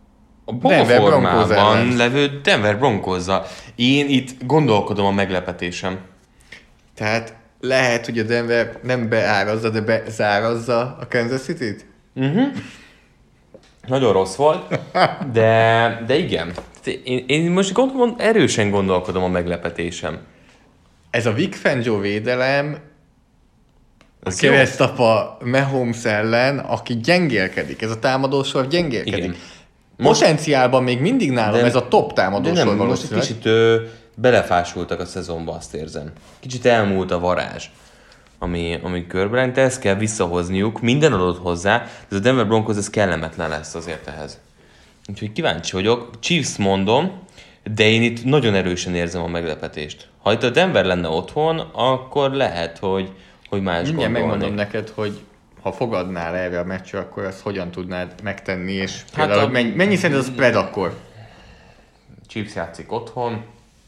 a Boba formában levő Denver Broncos-zal. Én itt gondolkodom a meglepetésem. Tehát lehet, hogy a Denver nem beárazza, de bezárazza a Kansas City-t? Uh-huh. Nagyon rossz volt, de, de igen. Én, én most gondolom, erősen gondolkodom a meglepetésem. Ez a Vic Fangio védelem a keresztapa Mahomes ellen, aki gyengélkedik. Ez a támadósor gyengélkedik. Igen. Most, Potenciálban még mindig nálam de, ez a top támadósor valószínűleg. Most egy kicsit ö, belefásultak a szezonba, azt érzem. Kicsit elmúlt a varázs, ami, ami körbelengte, ezt kell visszahozniuk. Minden adott hozzá, de ez a Denver Broncos ez kellemetlen lesz azért ehhez. Úgyhogy kíváncsi vagyok. Chiefs mondom, de én itt nagyon erősen érzem a meglepetést. Ha itt a Denver lenne otthon, akkor lehet, hogy, hogy más mindjárt gondolni. Megmondom neked, hogy ha fogadnál erre a meccsre, akkor ezt hogyan tudnád megtenni, és hát például, a... mennyi, mennyi szerint a spread akkor? Chiefs játszik otthon,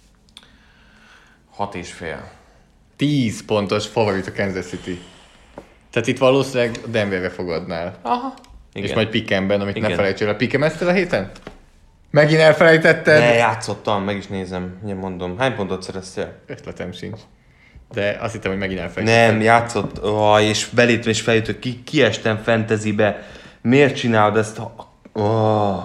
hat és fél. tíz pontos favorit a Kansas City. Tehát itt valószínűleg Denverre fogadnál. Aha. Igen. És majd Pickemben, amit igen. Ne felejtsél el. Pickemeztél a héten? Megint elfelejtetted? De játszottam, meg is nézem, ugye mondom. Hány pontot szereztél? Ötletem sincs. De azt hittem, hogy megint elfelejtetted. Nem, játszott, oh, és beléptem és feljutok, ki, kiestem fantasybe. Miért csinálod ezt? Oh.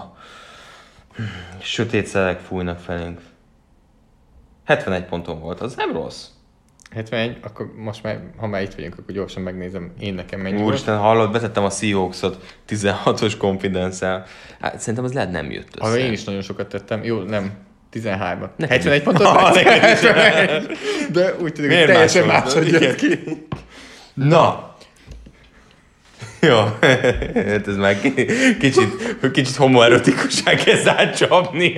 Sötét szelek fújnak felénk. hetvenegy ponton volt, az nem rossz. hetvenegy, akkor most már, ha már itt vagyunk, akkor gyorsan megnézem én nekem mennyi volt. Úristen, hallod, betettem a Seahawks-ot tizenhatos confidence-el. Hát szerintem az lehet nem jött össze. Arra én is nagyon sokat tettem. Jó, nem. tizenhárom. hetvenegy pontot hetvenegy. De úgy tűnik, hogy teljesen máshogy jött ki. Na. Jó, hát ez már kicsit, kicsit homoerotikussá kezd átcsapni.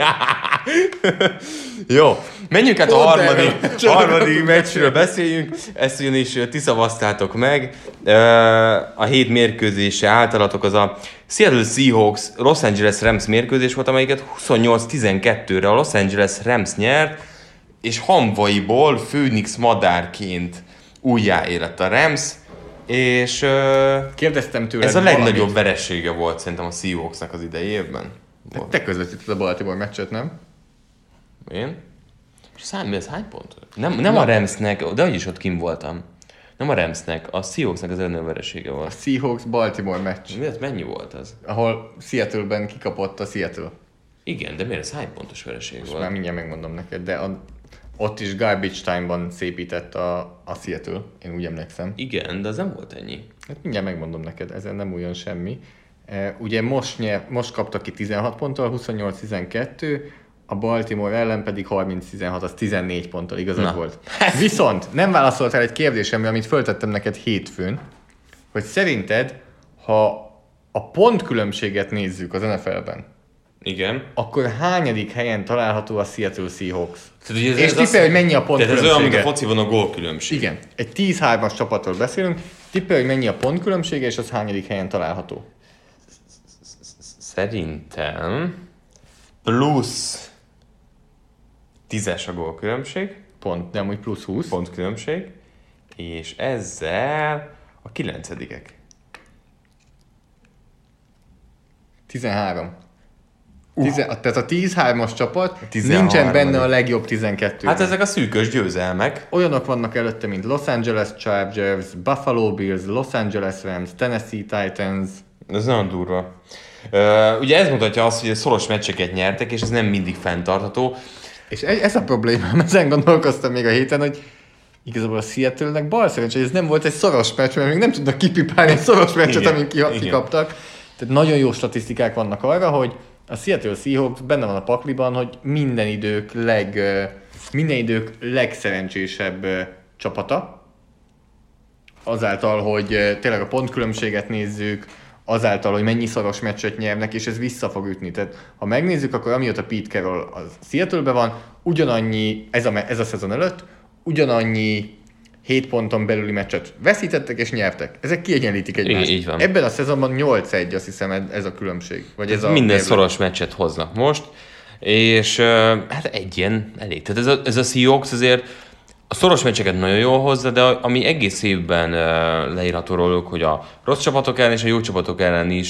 Jó, menjünk át a harmadik, harmadik meccsről beszéljünk. Ezt ugyanis ti szavaztátok meg. A hét mérkőzése általatok az a Seattle Seahawks Los Angeles Rams mérkőzés volt, amelyiket huszonnyolc tizenkettőre a Los Angeles Rams nyert, és hamvaiból Phoenix madárként újjáélet a Rams. És kérdeztem tőled ez a legnagyobb valamit. Veresége volt szerintem a Seahawksnak az idei évben. Te, te közvetíted a Baltimore meccset, nem? Én? És számít, ez hány pont? Nem, nem a Ramsnek, de is ott kim voltam. Nem a Ramsnek, a Seahawksnak az legnagyobb veresége volt. A Seahawks-Baltimore meccs. Mi, mennyi volt az? Ahol Seattle-ben kikapott a Seattle. Igen, de miért ez hány pontos vereség most volt? Már mindjárt megmondom neked, de a, ott is garbage time-ban szépített a, a Seattle, én úgy emlékszem. Igen, de az nem volt ennyi. Hát mindjárt megmondom neked, ezen nem újon semmi. E, ugye most, nyer, most kaptak ki tizenhat ponttal, huszonnyolc tizenkettő, a Baltimore ellen pedig harminc tizenhat, az tizennégy ponttal, igazad volt. Viszont nem válaszoltál egy kérdésemre, amit föltettem neked hétfőn, hogy szerinted, ha a pontkülönbséget nézzük az en ef el-ben, igen. akkor hányadik helyen található a Seattle Seahawks? Tehát, ez, és tippelj, hogy mennyi a pontkülönbsége. Tehát ez olyan, mint a fociban a gólkülönbség. Igen. Egy tíz-hármas csapatról beszélünk. Tippelj, hogy mennyi a pontkülönbsége, és az hányadik helyen található? Szerintem plusz tízes a gólkülönbség. Pont, de amúgy plusz húsz. Pontkülönbség. És ezzel a kilencedikek. tizenhárom. Tize, uh. Tehát a tíz-hármas csapat tizenhárom. Nincsen benne a legjobb tizenkettő. Hát ezek a szűkös győzelmek. Olyanok vannak előtte, mint Los Angeles Chargers, Buffalo Bills, Los Angeles Rams, Tennessee Titans. Ez nagyon durva. Uh, ugye ez mutatja azt, hogy szoros meccseket nyertek, és ez nem mindig fenntartható. És ez a problémám, ezen gondolkoztam még a héten, hogy igazából a Seattle-nek bal szerencsé, hogy ez nem volt egy szoros meccs, mert még nem tudnak kipipálni egy szoros meccset, igen, amin ki- kikaptak. Tehát nagyon jó statisztikák vannak arra, hogy a Seattle Seahawks benne van a pakliban, hogy minden idők, leg, minden idők legszerencsésebb csapata. Azáltal, hogy tényleg a pontkülönbséget nézzük, azáltal, hogy mennyi szoros meccset nyernek, és ez vissza fog ütni. Tehát ha megnézzük, akkor amióta Pete Carroll a Seattle-ben van, ugyanannyi, ez a, ez a szezon előtt, ugyanannyi hét ponton belüli meccset veszítettek és nyertek. Ezek kiegyenlítik egymást. Így van. Ebben a szezonban nyolc egy, azt hiszem, ez a különbség. Vagy ez a minden mérő. Szoros meccset hoznak most, és hát egy ilyen elég. Tehát ez a, ez a Seahawks azért a szoros meccseket nagyon jól hozza, de ami egész évben leírható róluk, hogy a rossz csapatok ellen és a jó csapatok ellen is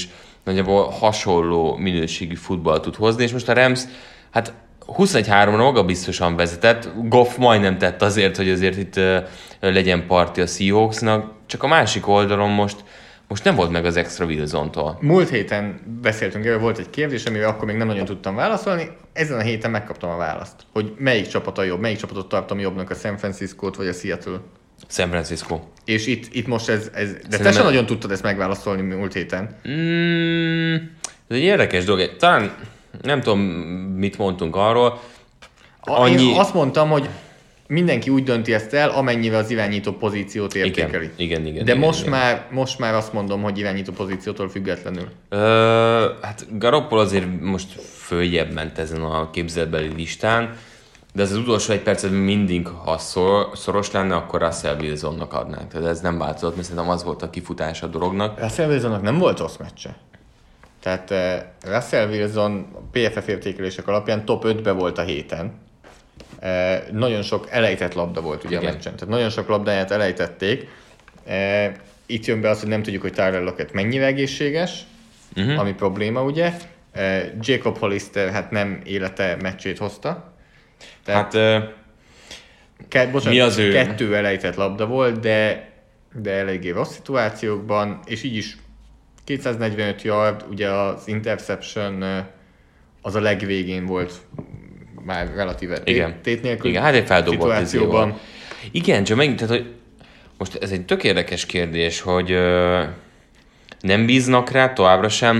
nagyjából hasonló minőségű futball tud hozni, és most a Rams, hát huszonegy háromra maga biztosan vezetett, Goff majdnem tett azért, hogy azért itt uh, legyen parti a Seahawksnak, csak a másik oldalon most, most nem volt meg az extra Wilsontól. Múlt héten beszéltünk erről, volt egy kérdés, amivel akkor még nem nagyon tudtam válaszolni, ezen a héten megkaptam a választ, hogy melyik csapat a jobb, melyik csapatot tartom jobbnak, a San Francisco-t vagy a Seattle. San Francisco. És itt, itt most ez, ez de Szerintem te sem nagyon tudtad ezt megválaszolni múlt héten. Mm, ez egy érdekes dolog. Talán nem tudom, mit mondtunk arról. Annyi... Én azt mondtam, hogy mindenki úgy dönti ezt el, amennyivel az irányító pozíciót értékeli. Igen, igen, igen. De igen, most, igen. Már, most már azt mondom, hogy irányító pozíciótól függetlenül. Ö, hát Garoppolo azért most följebb ment ezen a képzeletbeli listán, de az, az utolsó egy percet mindig, ha szor, szoros lenne, akkor Russell Wilsonnak adnánk. Tehát ez nem változott, mert szerintem az volt a kifutás a dolognak. Russell Wilsonnak nem volt rossz meccse. Tehát uh, Russell Wilson pé ef ef értékelések alapján top ötbe volt a héten. Uh, nagyon sok elejtett labda volt ugye Igen. a meccsen. Tehát nagyon sok labdáját elejtették. Uh, itt jön be az, hogy nem tudjuk, hogy Tyler Lockett mennyire egészséges, uh-huh. ami probléma ugye. Uh, Jacob Hollister hát nem élete meccsét hozta. Tehát, hát uh, ke- bocsánat, mi az ő? Kettő elejtett labda volt, de, de eléggé rossz szituációkban, és így is kétszáznegyvenöt yard, ugye az interception az a legvégén volt már relatíve Igen. tét nélkül Igen, hát egy feldobott szituációban. Igen, csak megint, tehát, hogy most ez egy tök érdekes kérdés, hogy ö, nem bíznak rá továbbra sem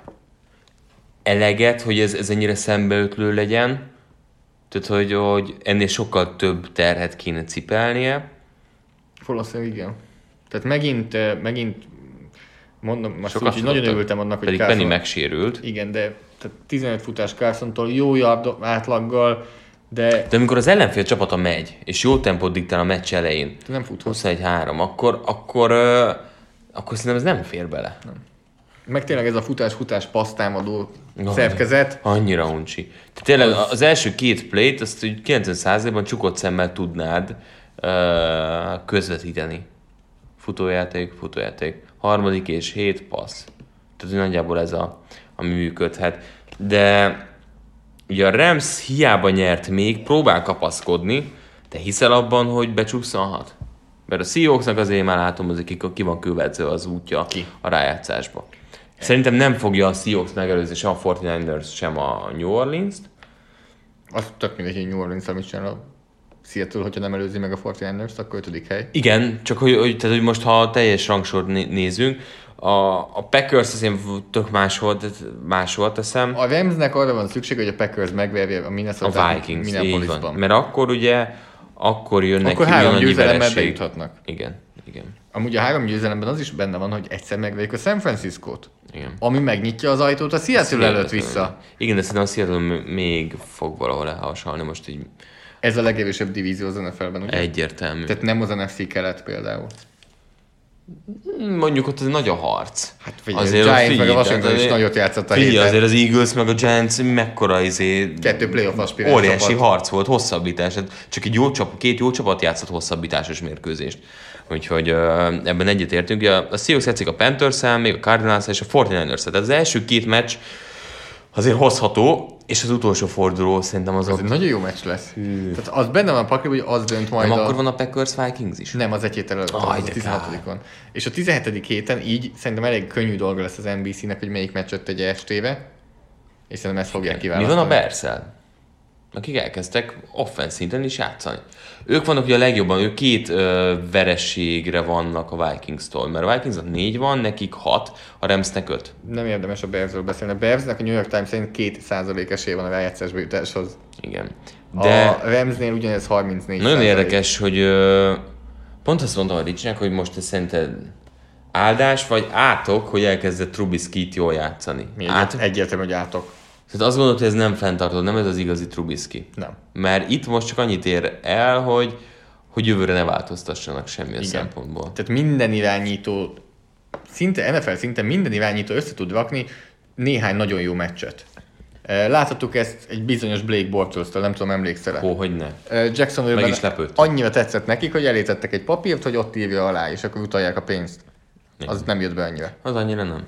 eleget, hogy ez, ez ennyire szembeötlő legyen, tehát, hogy, hogy ennél sokkal több terhet kéne cipelnie. Valószínűleg igen. Tehát megint, megint mondom, most úgy, hogy nagyon örültem annak, hogy pedig Carson... Penny megsérült. Igen, de tehát tizenöt futás Carsontól jó yard átlaggal, de... De amikor az ellenfél csapata megy, és jó tempót diktál a meccs elején, nem fut huszonegy három, akkor, akkor, uh, akkor szerintem ez nem fér bele. Nem. Meg tényleg ez a futás-futás passztámadó no, szerkezet. Annyira uncsi. Tehát tényleg az első két play-t, azt úgy kilencven százalékban csukott szemmel tudnád uh, közvetíteni. Futójáték, futójáték. Harmadik és hét passz. Tehát nagyjából ez a, ami működhet. De ugye a Rams hiába nyert még, próbál kapaszkodni, de hiszel abban, hogy becsúszanhat? Mert a Seahawksnak azért már látom, hogy ki van követve az útja ki? A rájátszásba. Szerintem nem fogja a Seahawks megelőzni sem a negyvenkilencesek, sem a New Orleans-t. Az tök mindegy, hogy New Orleans, amit csinál a Seattle, hogyha nem előzi meg a negyvenkilencesek, akkor ötödik hely. Igen, csak hogy, hogy, tehát, hogy most ha a teljes rangsort nézünk, a, a Packers azért tök más volt, más volt teszem. A Ramsnek arra van szükség, hogy a Packers megverje a Minnesota a Vikings, így van. Mert akkor ugye, akkor jönnek akkor három győzelemmel bejuthatnak. Igen, igen. Amúgy a három győzelemben az is benne van, hogy egyszer megverjük a San Franciscót. Igen. Ami megnyitja az ajtót a Seattle előtt vissza. Igen, de szerintem a Seattle még fog valahol elhasalni most így. Ez a legerősebb divízió az en ef el-ben, ugye? Egyértelmű. Tehát nem az en ef cé kelet például. Mondjuk ott ez nagy a harc. Hát figyelj, azért a Giants meg a Washington is nagyot játszott a héten. Azért az Eagles meg a Giants mekkora izé... Kettő playoff aspiráns óriási csapat. harc volt, hosszabbítás. Csak egy jó csap, két jó csapat játszott hosszabbításos mérkőzést. Úgyhogy uh, ebben egyetértünk. A, a Seahawks játszik a Panthers-el, még a Cardinals-el és a negyvenkilencesek. Tehát az első két meccs azért hozható, és az utolsó forduló szerintem az... Ez egy nagyon jó meccs lesz. Hű. Tehát az benne van a pakliban, hogy az dönt majd nem a... akkor van a Packers Vikings is? Nem, az egy héttel előtt, az a tizenhatodikon. És a tizenhetedik héten így szerintem elég könnyű dolga lesz az en bé cé-nek, hogy melyik meccset tegye estébe, és szerintem ezt fogják kiválasztani. Mi van a Bears-el? Akik elkezdtek offense szinten is játszani. Ők vannak ugye a legjobban, ők két ö, vereségre vannak a Vikings-tól, mert a Vikingsnak négy van, nekik hat, a Ramsnek öt. Nem érdemes a Bearsről beszélni. A Bearsnek a New York Times szerint két százalék esély van a rájátszásba jutáshoz. Igen. De a Ramsnél ugyanez harmincnégy nagyon százalék. Érdekes, hogy ö, pont azt mondtam a Ricsnek, hogy most ez szerinted áldás vagy átok, hogy elkezdett Trubisky-t jól játszani. Mi Át... Egyértelmű, hogy átok. Tehát azt gondolod, hogy ez nem fenntartó, nem ez az igazi Trubisky. Nem. Mert itt most csak annyit ér el, hogy, hogy jövőre ne változtassanak semmilyen Igen. szempontból. Tehát minden irányító, szinte en ef el szinten minden irányító össze tud rakni néhány nagyon jó meccset. Láthattuk ezt egy bizonyos Blake Bortles-től, nem tudom, emlékszel-e? Hó, hogy ne. Jacksonville-ben annyira tetszett nekik, hogy elétettek egy papírt, hogy ott írja alá, és akkor utalják a pénzt. Igen. Az nem jött be annyira. Az annyira nem.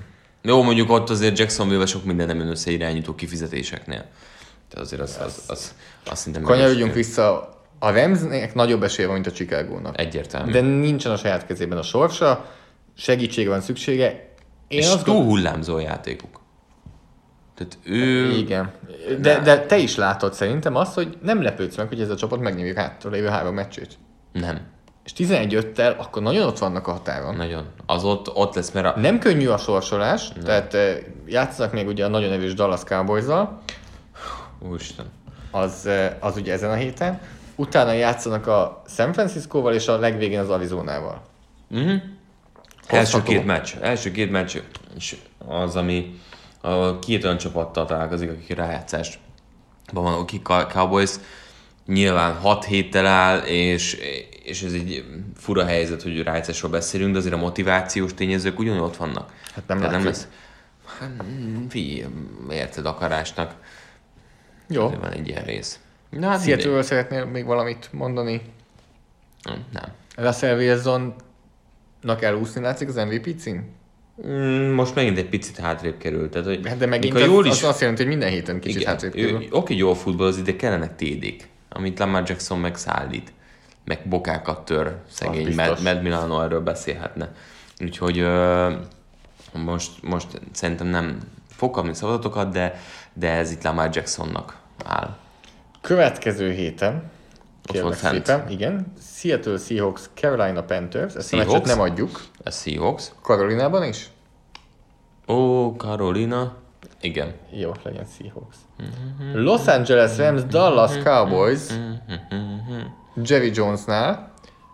Jó, mondjuk ott azért Jacksonville-ben sok minden nem jön össze irányító kifizetéseknél. Tehát azért az, az, az, az szinte... Kanyarodjunk vissza, a Ramsnek nagyobb esélye van, mint a Chicagónak. Egyértelmű. De nincsen a saját kezében a sorsa, segítségre van szüksége. Én és túl gond... hullámzó a játékuk. Tehát ő... Igen. De, de te is látod szerintem azt, hogy nem lepődsz meg, hogy ez a csapat megnyomjuk háttól lévő három meccsét. Nem. És tizenegy öttel akkor nagyon ott vannak a határon. Nagyon. Az ott, ott lesz, mert a... Nem könnyű a sorsolás, nem. Tehát játszanak még ugye a nagyon nevés Dallas Cowboys-zal. Úristen. Az, az ugye ezen a héten. Utána játszanak a San Franciscóval és a legvégén az Arizonával. Uh-huh. Első két meccs. Első két meccs az, ami a két olyan csapattal találkozik, akik rájátszásban van, akik Cowboys nyilván hat héttel áll, és, és ez egy fura helyzet, hogy rájátszásról beszélünk, de azért a motivációs tényezők ugyanúgy ott vannak. Hát nem nem lesz. Hát, figyelj, érted akarásnak. Jó. Van egy ilyen rész. Na, hát Seattle-ről szeretnél még valamit mondani? Nem. nem. Russell Wilson-nak elúszni látszik az em vé pé cím? Mm, most megint egy picit hátrébb került. Tehát, hogy hát de megint az, jól is... az azt jelenti, hogy minden héten kicsit igen, hátrébb kerül. Oké, okay, jól futballoz, de kellenek té dék, amit Lamar Jackson megszállít, meg bokákat tör, szegény Mad, Mad Milano erről beszélhetne. Úgyhogy uh, most, most szerintem nem fog kapni szavazatokat, de, de ez itt Lamar Jacksonnak áll. Következő héten, kérlek szépen, igen, Seattle Seahawks, Carolina Panthers, ezt Seahawks? A meccset nem adjuk. Ez Seahawks. Carolinában is? Ó, Carolina. Igen. Jó, legyen Seahawks. Los Angeles Rams, Dallas Cowboys, Jerry Jonesnál.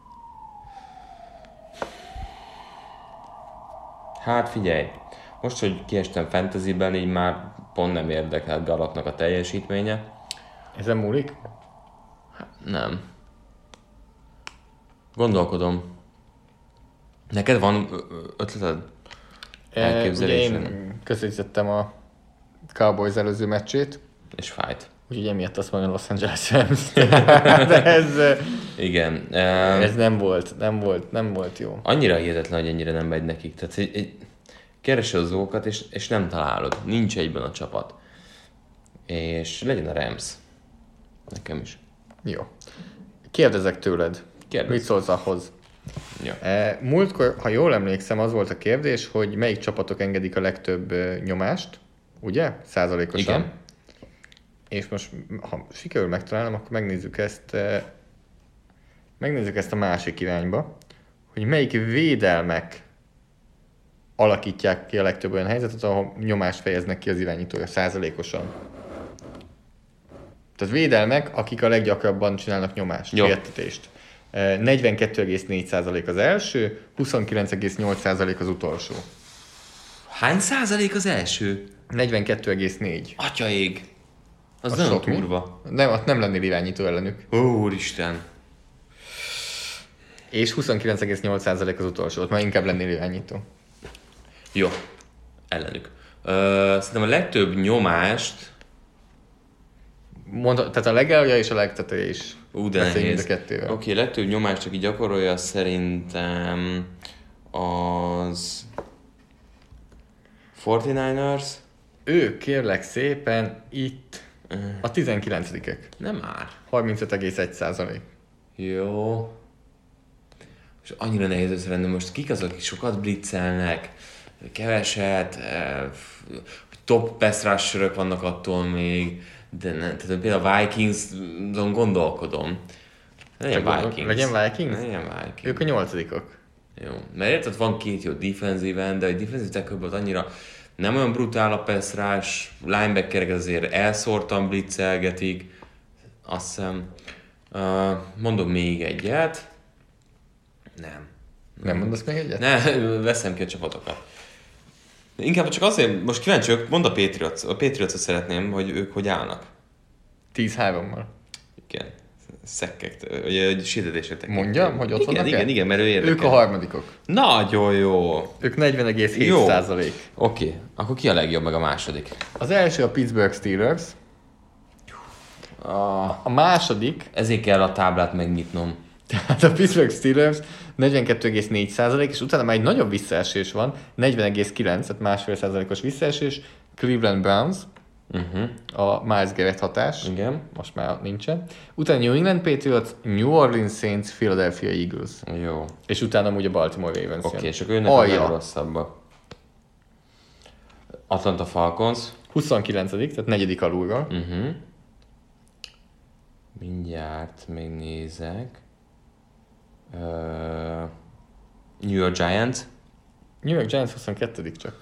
Hát figyelj, most, hogy kiestem fantasyben, így már pont nem érdekel Gallup-nak a teljesítménye. Ezen múlik? Nem. Gondolkodom. Neked van ötleted? Elképzelésed? Ugye én közvetítettem a Cowboys előző meccsét. És fájt. Úgyhogy emiatt azt mondom, Los Angeles Rams. De ez... Igen. Ez nem volt, nem volt, nem volt jó. Annyira hihetetlen, hogy ennyire nem megy nekik. Tehát egy, egy, keresed az okokat, és, és nem találod. Nincs egyben a csapat. És legyen a Rams. Nekem is. Jó. Kérdezek tőled. Kérdez. Mit szólsz ahhoz? Ja. Múltkor, ha jól emlékszem, az volt a kérdés, hogy melyik csapatok engedik a legtöbb nyomást, ugye? Százalékosan. Igen. És most, ha sikerül megtalálnom, akkor megnézzük ezt, megnézzük ezt a másik irányba, hogy melyik védelmek alakítják ki a legtöbb olyan helyzetet, ahol nyomást fejeznek ki az irányítója százalékosan. Tehát védelmek, akik a leggyakrabban csinálnak nyomást, sértetést. negyvenkettő egész négy százalék az első, huszonkilenc egész nyolc százalék az utolsó. Hány százalék az első? negyvenkettő egész négy. Atyaég! Az, az nagyon kurva. Nem, ott nem lennél irányító ellenük. Úristen! És huszonkilenc egész nyolc százalék az utolsó, ott már inkább lennél irányító. Jó, ellenük. Ö, szerintem a legtöbb nyomást... Mondta, tehát a legelja és a legtetője is. Ú, de nehéz. Oké, okay, legtöbb nyomást, aki gyakorolja, szerintem az... negyvenkilencesek. Ők kérlek szépen itt a tizenkilencedikek. Nem már. harmincöt egész egy százalék. Jó. És annyira nehéz összevenni, most kik azok, akik sokat blitzelnek, keveset, top pass rusherök vannak attól még, de nem, tehát például a Vikings-on gondolkodom. Legyen Vikings. Legyen Vikings? Legyen Vikings. Ők a nyolcadikok. Jó, mert érted, van két jó defensíven, de a defensív tackle-ből annyira nem olyan brutál a pass rush, linebackerek azért elszórtan blitzelgetik, azt hiszem. Uh, mondom még egyet. Nem. Nem mondasz még egyet? Nem, veszem ki a csapatokat. Inkább csak azért, most kíváncsi vagyok, mondd a Patriots, a Patriots-ot szeretném, hogy ők hogy állnak. tíz hárommal. Igen. Szekkek, vagy sértetések. Mondjam, hogy ott igen, vannak igen, el? igen, mert ő érdekel. Ők a harmadikok. Nagyon jó. Ők negyven egész hét százalék. Oké, okay. Akkor ki a legjobb, meg a második? Az első a Pittsburgh Steelers. A, a második... Ezért kell a táblát megnyitnom. Tehát a Pittsburgh Steelers negyvenkettő egész négy százalék, és utána már egy nagyobb visszaesés van, negyven egész kilenc, tehát másfél százalékos visszaesés, Cleveland Browns, uh-huh. a Myles Garrett hatás, igen. most már nincsen. Utána New England Patriots, New Orleans Saints, Philadelphia Eagles. Jó. És utána amúgy a Baltimore Ravens. Oké, okay, és akkor jönnek Alja. a legrosszabbak. Atlanta Falcons. huszonkilencedik tehát negyedik alulról. Uh-huh. Mindjárt még nézek. Uh, New York Giants. New York Giants huszonkettedik csak.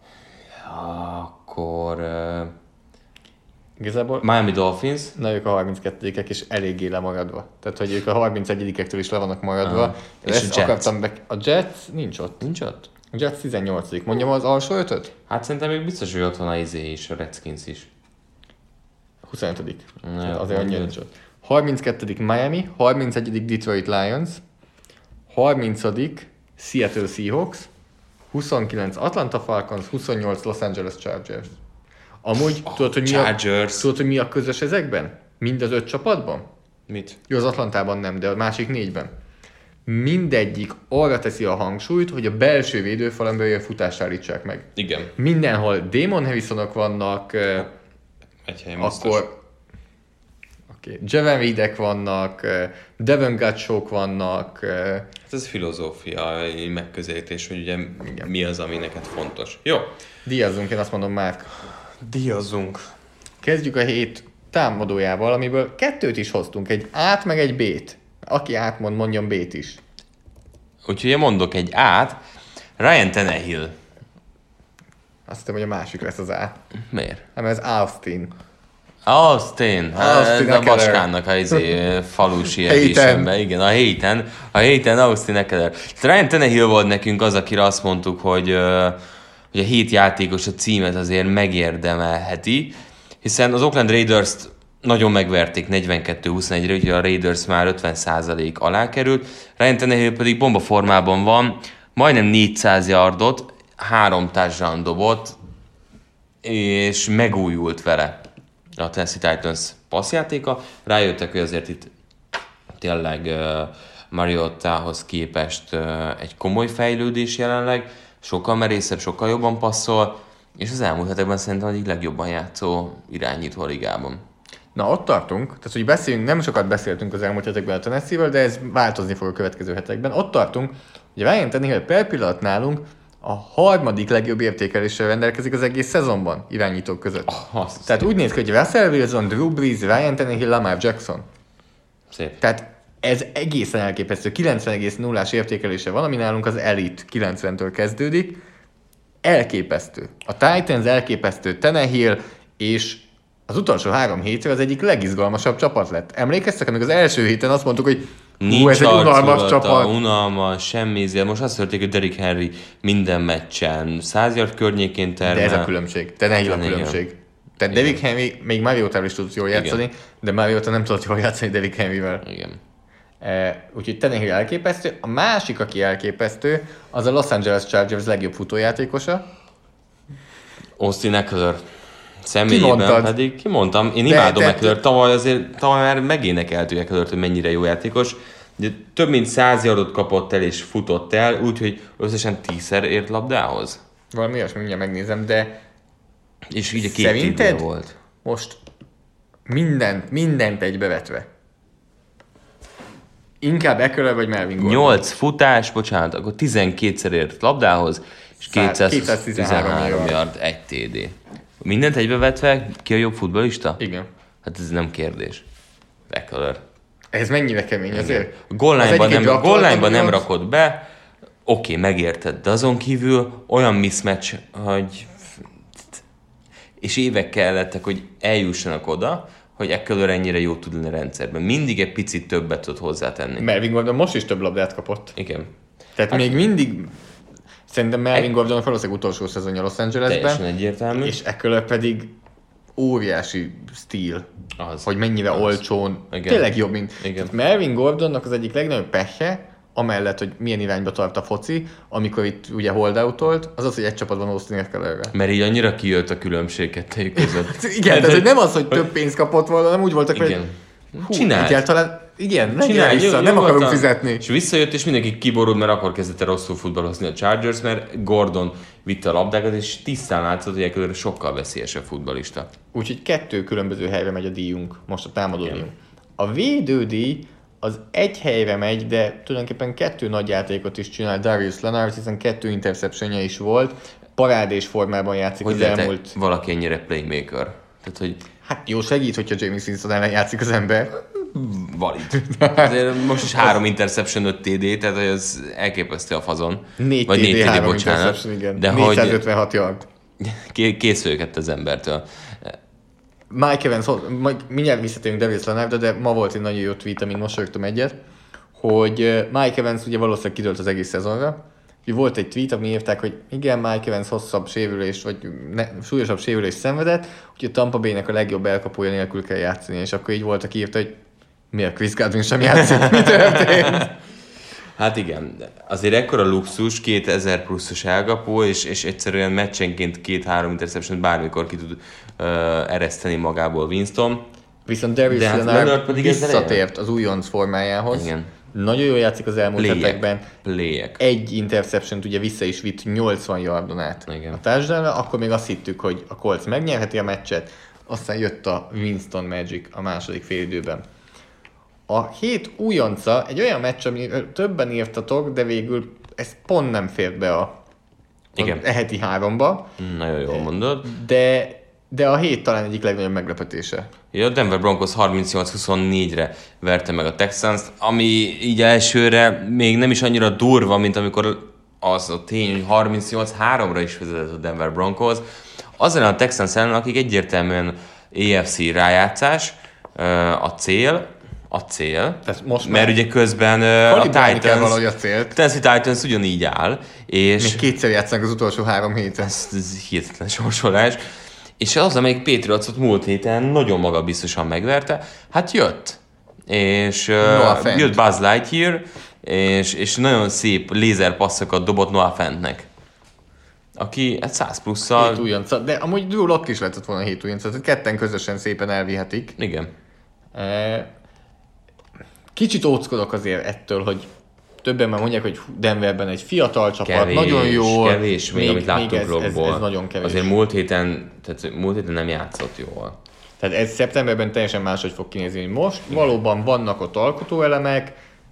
Akkor... Uh, Igazából... Miami Dolphins. Na, ők a harminckettődikek és eléggé lemaradva. Tehát, hogy ők a harmincegyedikektől is le vannak maradva. Uh-huh. És a Jets? Be... A Jets nincs ott. Nincs ott? A Jets tizennyolcadik Mondjam az alsó ötöt? Hát szerintem még biztos, hogy ott van a izé is, a Redskins is. huszonötödik Na, azért annyira nincs ott. harminckettedik Miami, harmincegyedik Detroit Lions, harmincadik Seattle Seahawks, huszonkilenc Atlanta Falcons, huszonnyolc Los Angeles Chargers. Amúgy oh, tudod, hogy mi a, tudod, hogy mi a közös ezekben? Mind az öt csapatban? Mit? Jó, az Atlantában nem, de a másik négyben. Mindegyik arra teszi a hangsúlyt, hogy a belső védőfalon belül a futást állítsák meg. Igen. Mindenhol Damon Harrisonok vannak, egy helyen akkor okay. Javon Reedek vannak, Devon Gutshawk vannak. Hát ez filozófiai megközelítés, hogy ugye igen. mi az, ami neked fontos. Jó. Díjazzunk, én azt mondom, Márk. Díjazzunk. Kezdjük a hét támadójával, amiből kettőt is hoztunk, egy át meg egy B-t. Aki átmond, mondjon B-t is. Úgyhogy én mondok egy át. Ryan Tannehill. Azt hiszem, hogy a másik lesz az A. Miért? Nem, ez Austin. Austin. Austin ez a Baskának a izé, falusi editionben. Igen, a héten. A héten Austin Eckler. Ryan Tannehill volt nekünk az, akire azt mondtuk, hogy, hogy a hét játékos a címet azért megérdemelheti, hiszen az Oakland Raiders-t nagyon megverték negyvenkettő huszonegyre, úgyhogy a Raiders már ötven százalék alá került. Ryan Tannehill pedig bomba formában van, majdnem négyszáz yardot, három touchdown dobott, és megújult vele a Tennessee Titans passzjátéka. Rájöttek, hogy azért itt tényleg uh, Mariottához képest uh, egy komoly fejlődés jelenleg, sokkal merészebb, sokkal jobban passzol, és az elmúlt hetekben szerintem egyik legjobban játszó irányító a ligában. Na, ott tartunk, tehát hogy beszélünk, nem sokat beszéltünk az elmúlt hetekben a Tennessee-vel, de ez változni fog a következő hetekben. Ott tartunk, hogy Ryan Tannehill per pillanat nálunk a harmadik legjobb értékeléssel rendelkezik az egész szezonban irányítók között. Oh, Tehát úgy néz ki, hogy Russell Wilson, Drew Brees, Ryan Tannehill, Lamar Jackson. Szép. Tehát ez egészen elképesztő. kilencven egész nullás értékelése van, ami nálunk az Elite kilencventől kezdődik. Elképesztő. A Titans elképesztő, Tannehill, és az utolsó három hétre az egyik legizgalmasabb csapat lett. Emlékeztek, amikor az első héten azt mondtuk, hogy nincs ez egy unalmas csapat. Unalmas, semmi izél. Most azt történik, hogy Derrick Henry minden meccsen száz yard környékén termel. De ez a különbség. Te ne a különbség. Tehát Derrick Henry még Mariotával is tudott jól játszani, igen. de Mariota nem tudott jól játszani Derrick Henryvel. Igen. E, úgyhogy Tannehill elképesztő. A másik, aki elképesztő, az a Los Angeles Chargers legjobb futójátékosa. Austin Eckler. Személyében pedig kimondtam, én imádom Eckler, tavaly azért, tavaly már megénekeltük Eckler, hogy mennyire jó játékos. Ugye, több mint száz yardot kapott el és futott el, úgyhogy összesen tízszer ért labdához. Valami olyasmi, mindjárt megnézem, de és így a két szerinted volt. Most mindent, mindent egybevetve. Inkább Eckler vagy Melvin Gordon? nyolc futás, bocsánat, akkor tizenkétszer ért labdához, és kétszáztizenhárom yard, egy té dé. Mindent egybevetve, ki a jobb futballista? Igen. Hát ez nem kérdés. Eckler. Ez mennyire kemény igen. azért? A goal-line-ban nem, goal nem rakod be, oké, okay, megérted, de azon kívül olyan mismatch, hogy és évek kellettek, hogy eljussanak oda, hogy Eckler ennyire jó tud lenni a rendszerben. Mindig egy picit többet tud hozzátenni. Melvin Gordon most is több labdát kapott. Igen. Tehát hát, még mindig szerintem Melvin Gordon valószínűleg utolsó szezonja Los Angelesben. Teljesen egyértelmű. És Eckler pedig óriási stíl. Az. Hogy mennyire az. olcsón. Igen. Tényleg jobb, mint... Igen. Melvin Gordonnak az egyik legnagyobb pehje, amellett, hogy milyen irányba tart a foci, amikor itt ugye holdoutolt, az az, hogy egy csapatban Austin Ecklerrel. Mert így annyira kijött a különbség kettőjük között. Igen, tehát hogy nem az, hogy több pénzt kapott volna, hanem úgy voltak, igen. hogy hú, egyáltalán igen, ne gyere vissza, nem akarunk fizetni. És visszajött, és mindenki kiborult, mert akkor kezdett el rosszul futballozni a Chargers, mert Gordon vitte a labdákat, és tisztán látszott, hogy ekkor sokkal veszélyesebb futballista. Úgyhogy kettő különböző helyre megy a díjunk, most a támadó díjunk. A védődíj az egy helyre megy, de tulajdonképpen kettő nagy játékot is csinál Darius Leonard, hiszen kettő interceptionje is volt, parádés formában játszik hogy az elmúlt... valaki ennyire playmaker? Tehát, hogy... Hát jó, segít, hogyha James Winston ellen játszik az ember. Valid. Azért most is három interception, öt té dé, tehát ez elképesztő a fazon. Négy té dé, három interception, igen. De négyszázötvenhat yard. Készülgetett az embertől. Mike Evans, majd mindjárt visszatérünk Darius Leonardra, de ma volt egy nagyon jó tweet, amin mosolyogtam egyet, hogy Mike Evans ugye valószínűleg kidőlt az egész szezonra. Volt egy tweet, ami írták, hogy igen, Mike Evans hosszabb sérülést, vagy ne, súlyosabb sérülést szenvedett, úgyhogy Tampa Bay-nek a legjobb elkapója nélkül kell játszani, és akkor így volt, aki írta, hogy miért Chris Godwin sem játszik, mi történt? Hát igen, azért ekkora luxus, kétezer pluszos elkapó, és, és egyszerűen meccsenként két-három interception bármikor ki tud uh, ereszteni magából Winston. Viszont Darius Leonard visszatért az újonc formájához. Igen. Nagyon jól játszik az elmúlt Playek. hetekben. Playek. Egy interception-t ugye vissza is vitt nyolcvan yardon át igen. a touchdownra, akkor még azt hittük, hogy a Colts megnyerheti a meccset, aztán jött a Winston Magic a második félidőben. A hét újonca egy olyan meccs, ami többen írtatok, de végül ez pont nem fért be a, a heti háromba. Nagyon jól mondod. De, de a hét talán egyik legnagyobb meglepetése. Ja, a Denver Broncos harmincnyolc huszonnégyre verte meg a Texans-t, ami így elsőre még nem is annyira durva, mint amikor az a tény, hogy harmincnyolc háromra is vezetett a Denver Broncos. Az ellen a Texans ellen, akik egyértelműen á ef cé rájátszás, a cél, a cél, most mert ugye közben a Titans, a célt. Tennessee Titans ugyanígy áll. És még kétszer játszanak az utolsó három héten. Ez, ez hihetetlen sorsolás. És az, amelyik Patriotsot múlt héten nagyon magabiztosan megverte, hát jött. És uh, jött Buzz Lightyear, és, és nagyon szép lézerpasszokat dobott Noah Fantnek, aki egy száz plusszal... hét újonc, de amúgy Drew Lock is lehetett volna hét újonc, tehát ketten közösen szépen elvihetik. Igen. Kicsit óckodok azért ettől, hogy többen már mondják, hogy Denverben egy fiatal csapat, kevés, nagyon jó. Kevés, még, még amit láttunk még ez, ez, ez nagyon kevés. Azért múlt héten, tehát múlt héten nem játszott jól. Tehát ez szeptemberben teljesen máshogy fog kinézni, mint most. Igen. Valóban vannak ott alkotóelemek,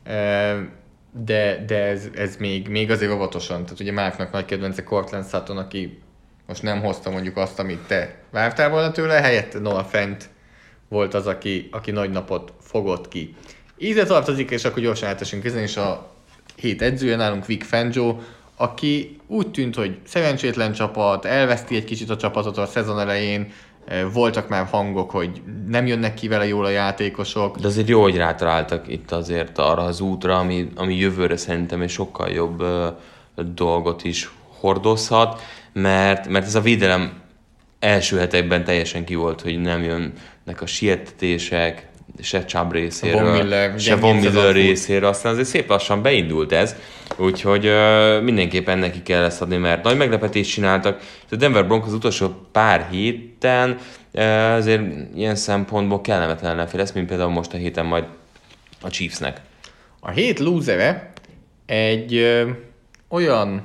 de, de ez, ez még, még azért óvatosan. Tehát ugye Márknak nagy kedvence Cortland Sutton, aki most nem hozta mondjuk azt, amit te vártál volna tőle, helyett Noah Fant volt az, aki, aki nagy napot fogott ki. Ide tartozik, és akkor gyorsan átesünk ezen, és a hét edzője nálunk Vic Fangio, aki úgy tűnt, hogy szerencsétlen csapat, elveszti egy kicsit a csapatot a szezon elején, voltak már hangok, hogy nem jönnek ki vele jól a játékosok. De azért jó, hogy rátaláltak itt azért arra az útra, ami, ami jövőre szerintem egy sokkal jobb uh, dolgot is hordozhat, mert, mert ez a védelem első hetekben teljesen ki volt, hogy nem jönnek a siettetések, se Chubb részéről, Von Miller, se Von Miller részéről, aztán azért szép lassan beindult ez, úgyhogy uh, mindenképpen neki kell ezt adni, mert nagy meglepetést csináltak. A Denver Broncos az utolsó pár héten uh, azért ilyen szempontból kellemetlen ellenfél lesz, mint például most a héten majd a Chiefsnek. A hét losere egy ö, olyan,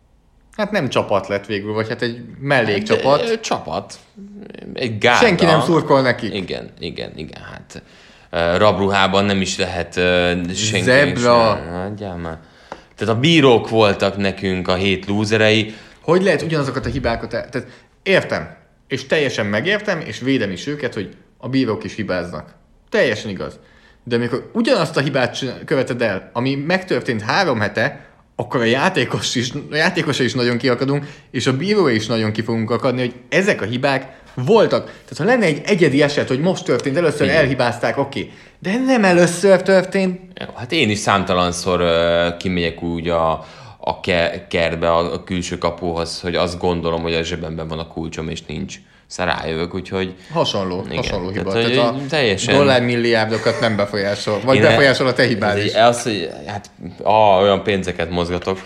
hát nem csapat lett végül, vagy hát egy mellékcsapat. Egy, csapat. Egy gárda. Senki nem szurkol nekik. Igen, igen, igen, hát uh, rabruhában nem is lehet uh, senki. Zebra. Sem. Tehát a bírók voltak nekünk a hét lúzerei. Hogy lehet ugyanazokat a hibákat el... Tehát értem, és teljesen megértem, és védem is őket, hogy a bírók is hibáznak. Teljesen igaz. De amikor ugyanazt a hibát követed el, ami megtörtént három hete, akkor a játékos is, a játékosra is nagyon kiakadunk, és a bíróra is nagyon ki fogunk akadni, hogy ezek a hibák voltak. Tehát ha lenne egy egyedi eset, hogy most történt, először igen, elhibázták, oké. Okay. De nem először történt. Jó, hát én is számtalanszor uh, kimegyek úgy a, a ke- kertbe, a, a külső kapuhoz, hogy azt gondolom, hogy a zsebemben van a kulcsom, és nincs. Szóval rájövök, úgyhogy... Hasonló, igen, hasonló hiba. Tehát, tehát a teljesen... dollármilliárdokat nem befolyásol, vagy én befolyásol a te hibád is. Az, hogy hát ah, olyan pénzeket mozgatok,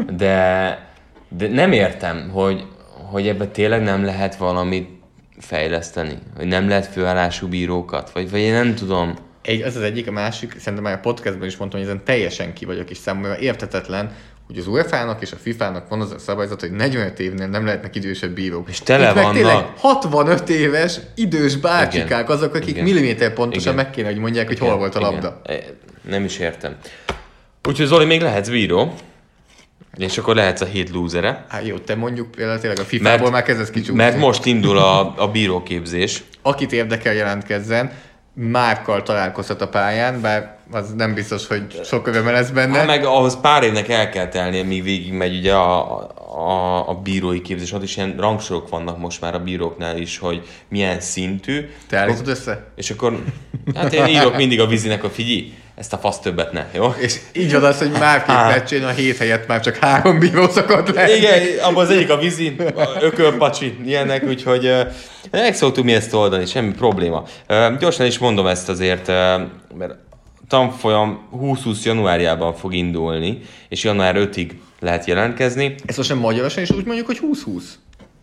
de, de nem értem, hogy, hogy ebben tényleg nem lehet valamit fejleszteni, hogy nem lehet főállású bírókat, vagy, vagy én nem tudom. Egy, az az egyik, a másik, szerintem már a podcastban is mondtam, hogy ezen teljesen ki vagyok, és számomra érthetetlen, hogy az u e fá-nak és a fifának van az a szabályzat, hogy negyvenöt évnél nem lehetnek idősebb bírók. És tele itt meg vannak. tényleg hatvanöt éves idős bácsikák Igen. azok, akik Igen. milliméter pontosan Igen. meg kéne, hogy mondják, hogy Igen. hol volt a labda. Igen. Nem is értem. Úgyhogy Zoli, még lehetsz bíró, és akkor lehetsz a hét lúzere. Hát jó, te mondjuk például tényleg a fifából Mert- már kezdesz kicsúszni. Mert most indul a, a bíróképzés. Akit érdekel, jelentkezzen. Márkkal találkozhat a pályán, bár az nem biztos, hogy sok öröme lesz benne. Hát meg ahhoz pár évnek el kell telnie, míg végig megy ugye a, a, a bírói képzés. Ott is ilyen rangsorok vannak most már a bíróknál is, hogy milyen szintű. Te állítod össze? És akkor, hát én írok mindig a vízinek, hogy figyelj, ezt a fasz többet ne, jó? És így van az, hogy már két meccsén a hét helyett már csak három bíró szokott lenni. Igen, abban az egyik a vízi, ökölpacsi, ilyenek, úgyhogy uh, meg szoktuk mi ezt oldani, semmi probléma. Uh, gyorsan is mondom ezt azért, uh, mert tanfolyam húsz-húsz januárjában fog indulni, és január ötödikéig lehet jelentkezni. Ezt most nem magyarosan is úgy mondjuk, hogy húsz-húsz?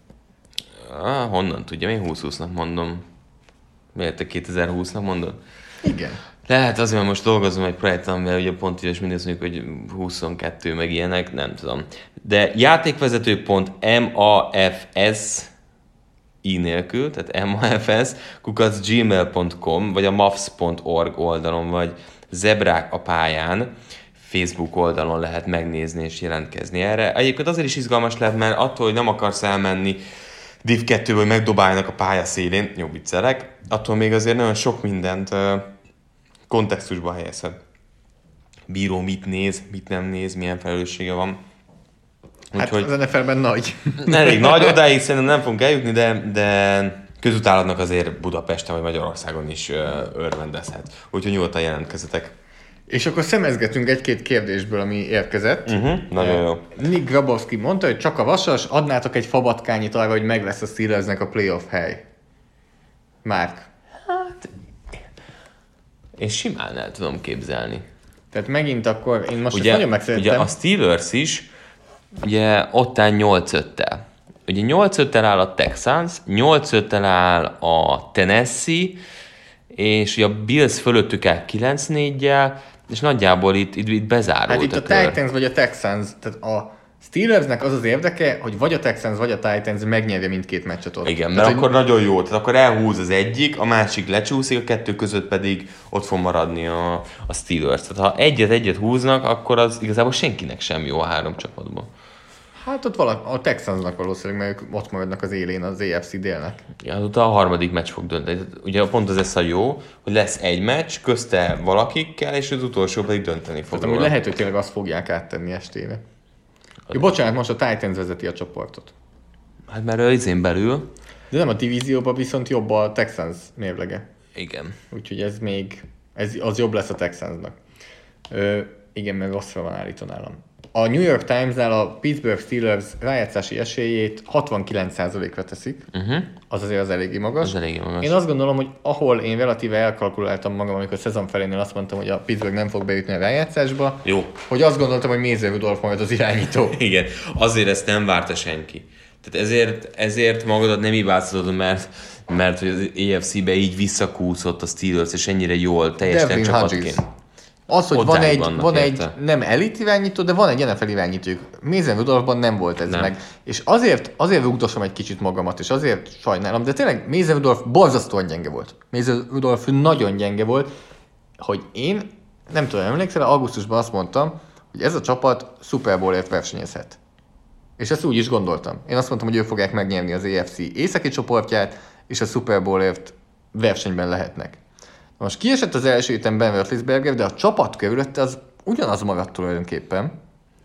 Ah, honnan tudjam, én húsz-húsznak mondom. Miért te kétezer-húsznak mondod? Igen. Lehet azért, mert most dolgozom egy projekten, amivel ugye pont így mindig azt mondjuk, hogy huszonkettő meg ilyenek, nem tudom. De játékvezető.mafs i nélkül, tehát mafs kukac gmail pont com, vagy a mafs pont org oldalon, vagy Zebrák a pályán Facebook oldalon lehet megnézni és jelentkezni erre. Egyébként azért is izgalmas lehet, mert attól, hogy nem akarsz elmenni Div kettőből, hogy megdobálnak a pálya szélén, jó viccelek, attól még azért nagyon sok mindent uh, kontextusba helyezhet. Bíró mit néz, mit nem néz, milyen felelőssége van. Úgyhogy... Hát az en ef el-ben nagy. Elég nagy, odáig szerintem nem fogunk eljutni, de, de közutálatnak azért Budapesten vagy Magyarországon is uh, örvendezhet. Úgyhogy nyugodtan jelentkezzetek. És akkor szemezgetünk egy-két kérdésből, ami érkezett. Uh-huh, nagyon jó. Nick Grabowski mondta, hogy csak a vasas, adnátok egy fabatkányit arra, hogy meg lesz a Steelersnek a playoff hely. Márk. Hát, én simán el tudom képzelni. Tehát megint akkor, én most Ugye, ezt nagyon megszerettem. ugye a Steelers is, ugye ott áll nyolc öttel. Ugye nyolc öttel áll a Texans, nyolc öttel áll a Tennessee, és ugye a Bills fölöttük áll kilenc néggyel, és nagyjából itt, itt, itt bezárult Hát itt a, a kör. Titans vagy a Texans, tehát a Steelersnek az az érdeke, hogy vagy a Texans, vagy a Titans megnyerje mindkét meccset ott. Igen, mert tehát, akkor hogy... nagyon jó, tehát akkor elhúz az egyik, a másik lecsúszik, a kettő között pedig ott fog maradni a, a Steelers. Tehát ha egyet-egyet húznak, akkor az igazából senkinek sem jó a három csapatból. Hát ott valaki, a Texansnak valószínűleg, mert ők ott maradnak az élén az á ef cé délnek. Ja, azóta a harmadik meccs fog dönteni. Tehát ugye pont az lesz a jó, hogy lesz egy meccs, közte valakikkel, és az utolsó pedig dönteni fog. Tehát amúgy lehet, hogy tényleg azt fogják áttenni estére. Jó, bocsánat, most a Titans vezeti a csoportot. Hát mert ő izén belül. De nem a divízióban, viszont jobb a Texans mérlege. Igen. Úgyhogy ez még, ez, az jobb lesz a Texansnak. Ö, igen, mert rosszra van állítva nálam. A New York Times-nál a Pittsburgh Steelers rájátszási esélyét hatvankilenc százalékra teszik. Uh-huh. Az azért az eléggé magas. Az eléggé magas. Én azt gondolom, hogy ahol én relatíve elkalkuláltam magam, amikor a szezon felénél azt mondtam, hogy a Pittsburgh nem fog bejutni a rájátszásba, Jó. hogy azt gondoltam, hogy Mason Rudolph majd az irányító. Igen, azért ezt nem várta senki. Tehát ezért, ezért magadat nem hibáztatod, mert, mert hogy az á ef cé-be így visszakúszott a Steelers, és ennyire jól, teljesen Devlin csapatként. Hodges. Az, hogy van Odáig egy, vannak van egy érte. nem elit irányító, de van egy en ef el irányítójuk. Mason Rudolphban nem volt ez Nem. meg. És azért, azért rúgdosom egy kicsit magamat, és azért sajnálom, de tényleg Mason Rudolph borzasztóan gyenge volt. Mason Rudolph nagyon gyenge volt, hogy én, nem tudom, emlékszel, augusztusban azt mondtam, hogy ez a csapat Super Bowl-ért versenyezhet. És ezt úgy is gondoltam. Én azt mondtam, hogy ők fogják megnyerni az á ef cé északi csoportját, és a Super Bowl-ért versenyben lehetnek. Most kiesett az első héten Ben Roethlisberger, de a csapat körülötte az ugyanaz maradt tulajdonképpen,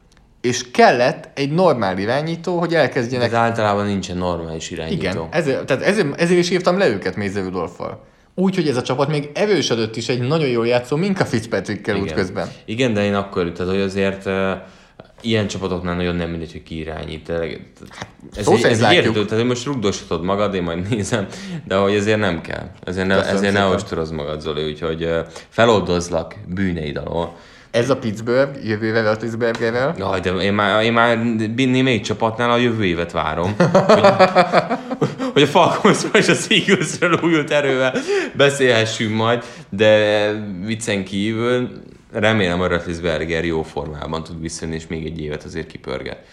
és kellett egy normál irányító, hogy elkezdjenek... Ez általában nincsen normális irányító. Igen, ezért, tehát ezért, ezért is írtam le őket Mason Rudolph-val. Úgy, hogy ez a csapat még erősödött is egy nagyon jól játszó Minka Fitzpatrickkel útközben. Igen, de én akkor, tehát hogy azért uh, ilyen csapatoknál nagyon nem mindegy, hogy ki irányít. Ez, Szó egy, szerint ez egy látjuk. értő, tehát most rugdoshatod magad, én majd nézem, de hogy ezért nem kell. Ezért ne, Köszönöm ezért ne szépen. ostorozd magad, Zoli, úgyhogy uh, feloldozlak bűneid alól. Ez a Pittsburgh jövőre Roethlisbergerrel. Jaj, de én már, én már még csapatnál a jövő évet várom. hogy, hogy a Falconsról és az Eaglesről újult erővel beszélhessünk majd, de viccen kívül remélem a Roethlisberger jó formában tud visszajönni, és még egy évet azért kipörget.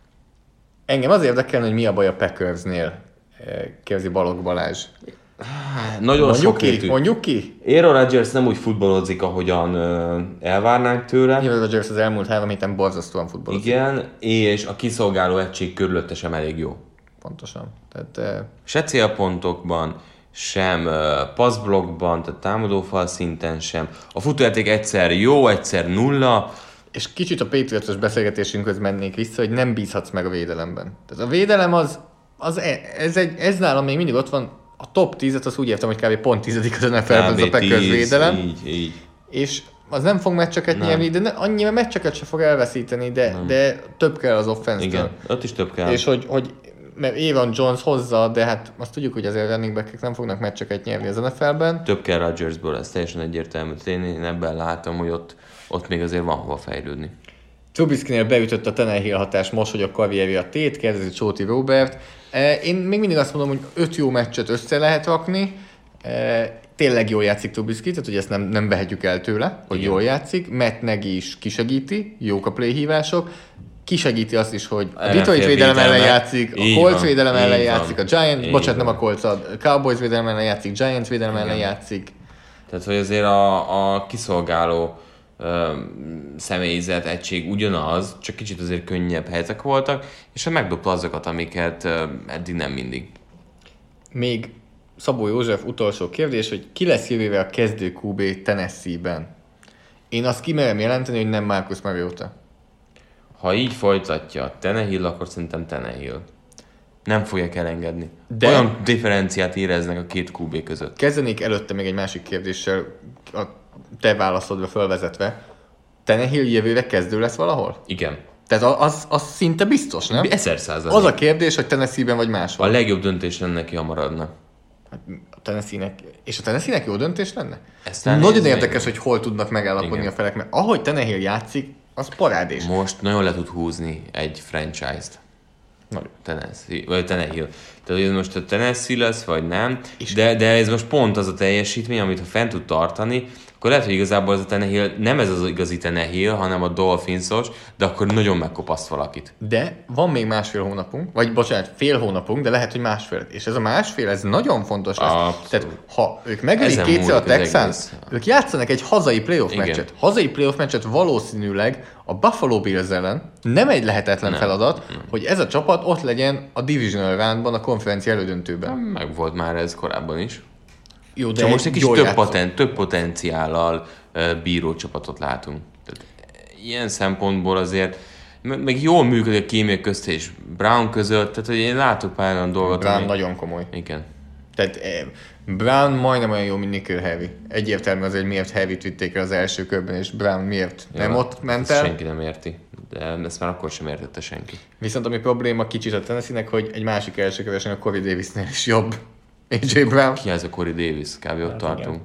Engem az érdekel, hogy mi a baj a Packersnél, kérdezi Balogh Balázs. Nagyon mondjuk ki, sokrétű. mondjuk ki? Aaron Rodgers nem úgy futballozik, ahogyan uh, elvárnánk tőle. Aaron Rodgers az elmúlt három héten borzasztóan futballozik. Igen, és a kiszolgáló egység körülötte sem elég jó. Pontosan. Tehát, uh... Se célpontokban, sem uh, passzblokkban, tehát támadófal szinten sem. A futójáték egyszer jó, egyszer nulla. És kicsit a Patriots-os beszélgetésünkhöz mennék vissza, hogy nem bízhatsz meg a védelemben. Tehát a védelem az, az ez, egy, ez nálam még mindig ott van. A top tízet az úgy értem, hogy kb. Pont tizedik az en ef el-ben az a Packers védelem. Így, így. És az nem fog meccseket nyerni, de ne, annyira meccseket se fog elveszíteni, de, de több kell az offense-től. Igen, ott is több kell. És hogy, hogy mert Aaron Jones hozza, de hát azt tudjuk, hogy azért running back-ek nem fognak meccseket nyerni az en ef el-ben. Több kell Rodgersből, ez teljesen egyértelmű. Én, én ebben látom, hogy ott, ott még azért van hova fejlődni. Trubiskynél beütött a Tannehill hatás most, hogy a karrierje a tét, kérdezi Csóti Robert. Én még mindig azt mondom, hogy öt jó meccset össze lehet rakni. Tényleg jól játszik Trubisky, tehát hogy ezt nem, nem vehetjük el tőle, hogy igen. Jól játszik. Matt Nagy is kisegíti, jók a playhívások. Kisegíti azt is, hogy a Detroit védelem ellen játszik, a Colts védelem ellen játszik, a Giants, így bocsánat, van. Nem a Colts, a Cowboys védelem ellen játszik, Giants védelem ellen játszik. Tehát, hogy azért a, a kiszolgáló ö, személyzet, egység ugyanaz, csak kicsit azért könnyebb helyzetek voltak, és megdobta azokat, amiket ö, eddig nem mindig. Még Szabó József utolsó kérdés, hogy ki lesz jövőre a kezdő kú bé Tennessee-ben? Én azt kimerem jelenteni, hogy nem Marcus Mariota. Ha így folytatja Tannehill, akkor szerintem Tannehill. Nem fogják elengedni. De olyan differenciát éreznek a két kú bé között. Kezdenék előtte még egy másik kérdéssel, a te válaszodva fölvezetve. Tannehill jövőre kezdő lesz valahol? Igen. Tehát az, az szinte biztos, nem? Ezer százalék. Az a kérdés, hogy Tennessee-ben vagy máshol. A legjobb döntés lenne neki, ha maradna. A Tennessee-nek, és a Tennessee-nek jó döntés lenne? Ezt nagyon érdekes, meg. Hogy hol tudnak megállapodni igen. A felek, mert ahogy Tannehill játszik, az parádés. Most nagyon le tud húzni egy franchise-t. Tennessee, vagy Tannehill. Tehát hogy most a Tennessee lesz, vagy nem, de, de ez most pont az a teljesítmény, amit ha fent tud tartani, akkor lehet, hogy igazából az a Tannehill nem ez az igazi Tannehill, hanem a Dolphinsos, de akkor nagyon megkopaszt valakit. De van még másfél hónapunk, vagy bocsánat, fél hónapunk, de lehet, hogy másfél. És ez a másfél, ez nagyon fontos lesz. Abszolút. Tehát ha ők megölik kétszer a Texans, ők játszanak egy hazai playoff igen. meccset. Hazai playoff meccset valószínűleg a Buffalo Bills ellen nem egy lehetetlen nem. feladat, nem. hogy ez a csapat ott legyen a divisional roundban, a konferencia elődöntőben. Meg volt már ez korábban is. Jó, de csak most egy kis több, poten, több potenciállal uh, bíró csapatot látunk. Tehát, ilyen szempontból azért meg jól működik a kémia közt és Brown között, tehát hogy én látok pár olyan dolgot. Brown ami... nagyon komoly. Igen. Tehát eh, Brown majdnem olyan jó, mint Nickel Harry. Egyértelmű azért, miért Harryt vitték el az első körben, és Brown miért ja, nem ott ment el. Senki nem érti, de ezt már akkor sem értette senki. Viszont ami probléma kicsit a Tennessee-nek, hogy egy másik első körösen a Corey Davisnél is jobb. á jé Brown. Ki az a Corey Davis? Kb. Ott tartunk. Igen.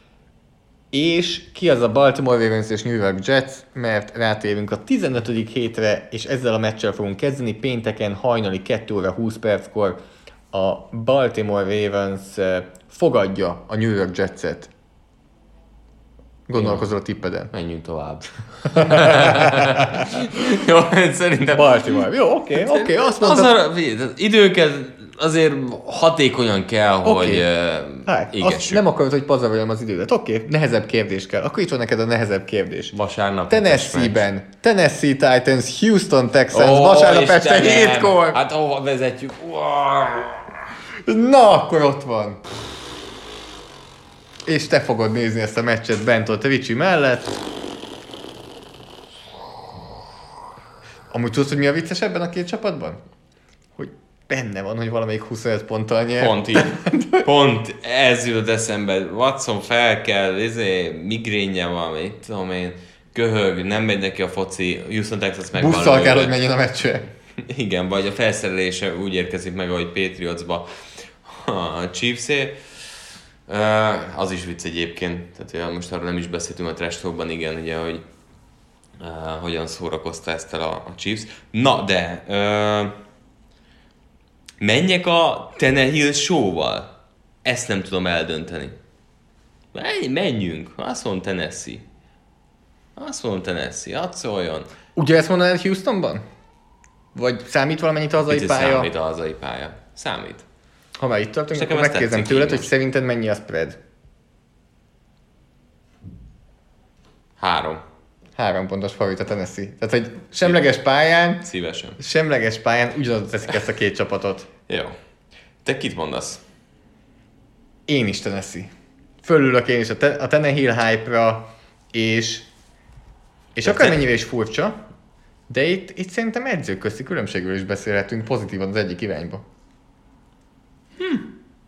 És ki az a Baltimore Ravens és New York Jets, mert rátérünk a tizenötödik hétre, és ezzel a meccsel fogunk kezdeni. Pénteken hajnali kettő óra húsz perckor a Baltimore Ravens fogadja a New York Jetset. Gondolkozol a tippeden? Menjünk tovább. Jó, szerintem... Baltimore. Jó, oké, okay, oké. Okay, azt mondtam... Az időket azért hatékonyan kell, okay. hogy uh, égessük. Nem akarod, hogy pazaroljam az időt. Oké, okay, nehezebb kérdés kell. Akkor itt van neked a nehezebb kérdés. Vasárnap. Tennessee-ben. Tennessee Titans, Houston Texans. Oh, vasárnap este hétkor. Hát hova vezetjük? Na, akkor ott van. És te fogod nézni ezt a meccset bent ott Ricsi mellett. Amúgy tudod, hogy mi a vicces ebben a két csapatban? Hogy benne van, hogy valamelyik huszonöt ponttal nyer. Pont így. Pont ez jutott eszembe. Watson fel kell, ezért migrénye van, mit tudom én, köhög, nem megy neki a foci, Houston Texas meg van. Busszal kell, hogy menjen a meccsre. Igen, vagy a felszerelése úgy érkezik meg, ahogy Patriotsba a Chiefs-é. Uh, az is vicc egyébként, tehát most arról nem is beszéltünk a trash talkban, igen, ugye, hogy uh, hogyan szórakozta ezt el a, a Chiefs. Na, de uh, Menjek a Tannehill show-val? Ezt nem tudom eldönteni. Menjünk. Azt mondom Tennessee. Azt mondom Tennessee. Hadd szóljon. Ugye ezt mondanád Houstonban? Vagy számít valamennyit a hazai pálya? Számít a hazai pálya. Számít. Ha már itt tartunk, akkor megkérdezem tőled, hogy szerinted mennyi a spread? Három. Három pontos favorit a Tennessee. Tehát, hogy semleges pályán... Szívesen. Semleges pályán ugyanaz teszik ezt a két csapatot. Jó. Te kit mondasz? Én is Tennessee. Fölülök én is a, te- a Tannehill hype-ra, és... És akármennyire is furcsa, de itt, itt szerintem edzők közti különbségről is beszélhetünk pozitívan az egyik irányba. Hm.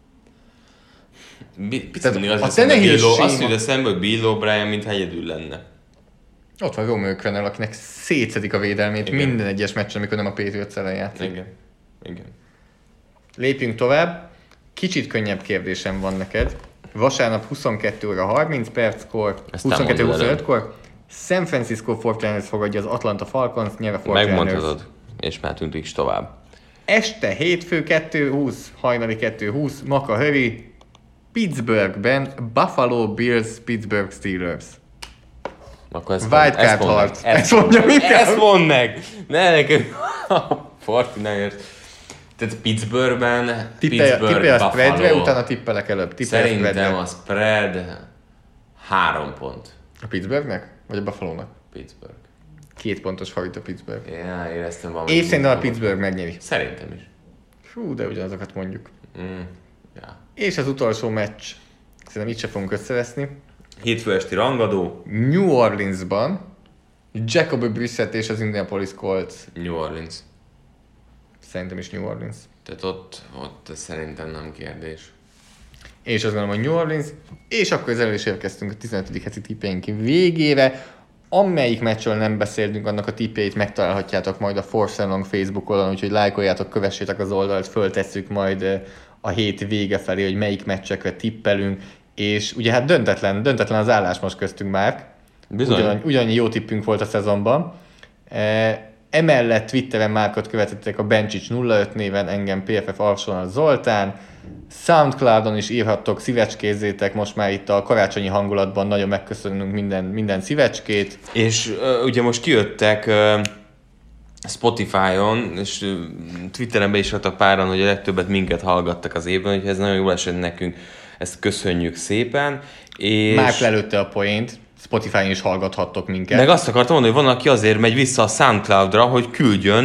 Picit mindig a az jut eszembe, hogy Bill O'Brien mintha egyedül lenne. Ott van Romeo Crennel, akinek szétszedik a védelmét igen. minden egyes meccsen, amikor nem a Patriots ellen játszik. Igen. Igen. Lépjünk tovább. Kicsit könnyebb kérdésem van neked. Vasárnap huszonkettő óra harminc perckor, huszonkettő huszonötkor San Francisco negyvenkilenc fogadja az Atlanta Falcons, nyer a negyvenkilenc. Megmondhatod, és mehetünk is tovább. Este hétfő kettő húsz, hajnali kettő húsz, Maka Höri, Pittsburghben Buffalo Bills, Pittsburgh Steelers. Akkor ezt Wildcard harc. Ezt mondjam inkább. Ezt mondd meg! Ne nekem... negyvenkilenc. Tehát Pittsburghben, Pittsburgh, tippelj a spreadre, utána tippelek előbb. Tippelj szerintem a spread három pont. A Pittsburghnek? Vagy a Buffalo-nak? Pittsburgh. Két pontos favorit a Pittsburgh. Ja, éreztem valami. És szerintem a Pittsburgh megnyeri. Szerintem is. Hú, de ugyanazokat mondjuk. Mm, ja. És az utolsó meccs. Szerintem itt se fogunk összeveszni. Hétfő esti rangadó. New Orleansban Jacoby Brissett és az Indianapolis Colts. New Orleans. Szerintem is New Orleans. Tehát ott, ott szerintem nem kérdés. És azt gondolom, hogy New Orleans, és akkor ezzel is érkeztünk a tizenötödik heti tippeink végére. Amelyik meccsről nem beszéltünk, annak a tippjeit megtalálhatjátok majd a Fourth and Long Facebook oldalon, úgyhogy lájkoljátok, kövessétek az oldalt, föltesszük majd a hét vége felé, hogy melyik meccsekre tippelünk, és ugye hát döntetlen, döntetlen az állás most köztünk már. Bizony. Ugyan, ugyannyi jó tippünk volt a szezonban. E, emellett Twitteren márkot követettek a Bencsics nulla öt néven, engem pé ef ef Alsonal Zoltán. Soundcloudon is írhattok, szívecskézzétek, most már itt a karácsonyi hangulatban nagyon megköszönünk minden, minden szívecskét. És uh, ugye most kijöttek uh, Spotify-on, és uh, Twitteren be is adtak páran, hogy a legtöbbet minket hallgattak az évben, úgyhogy ez nagyon jól esett nekünk, ezt köszönjük szépen. És... Márk lelőtte a poént, Spotify-on is hallgathattok minket. Meg azt akartam mondani, hogy van, aki azért megy vissza a Soundcloud-ra, hogy küldjön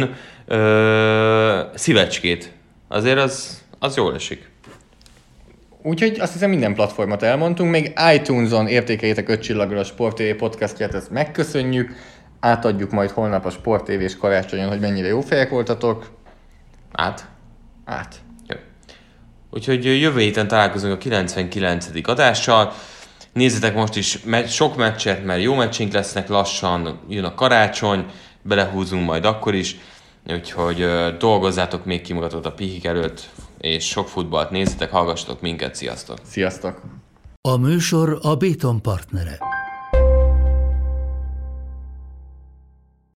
uh, szívecskét. Azért az, az jól esik. Úgyhogy azt hiszem minden platformot elmondtunk, még iTunes-on értékeljétek öt csillagra a Sport té vé podcastját, ezt megköszönjük, átadjuk majd holnap a Sport té vés karácsonyon, hogy mennyire jó fejek voltatok. Át? Át. Jó. Úgyhogy jövő héten találkozunk a kilencvenkilencedik adással. Nézzétek most is me- sok meccset, mert jó meccsink lesznek lassan, jön a karácsony, belehúzunk majd akkor is, úgyhogy uh, dolgozzátok még kimagatot a pihik előtt, és sok futballt nézzetek, hallgassatok minket, sziasztok! Sziasztok! A műsor a Béton partnere.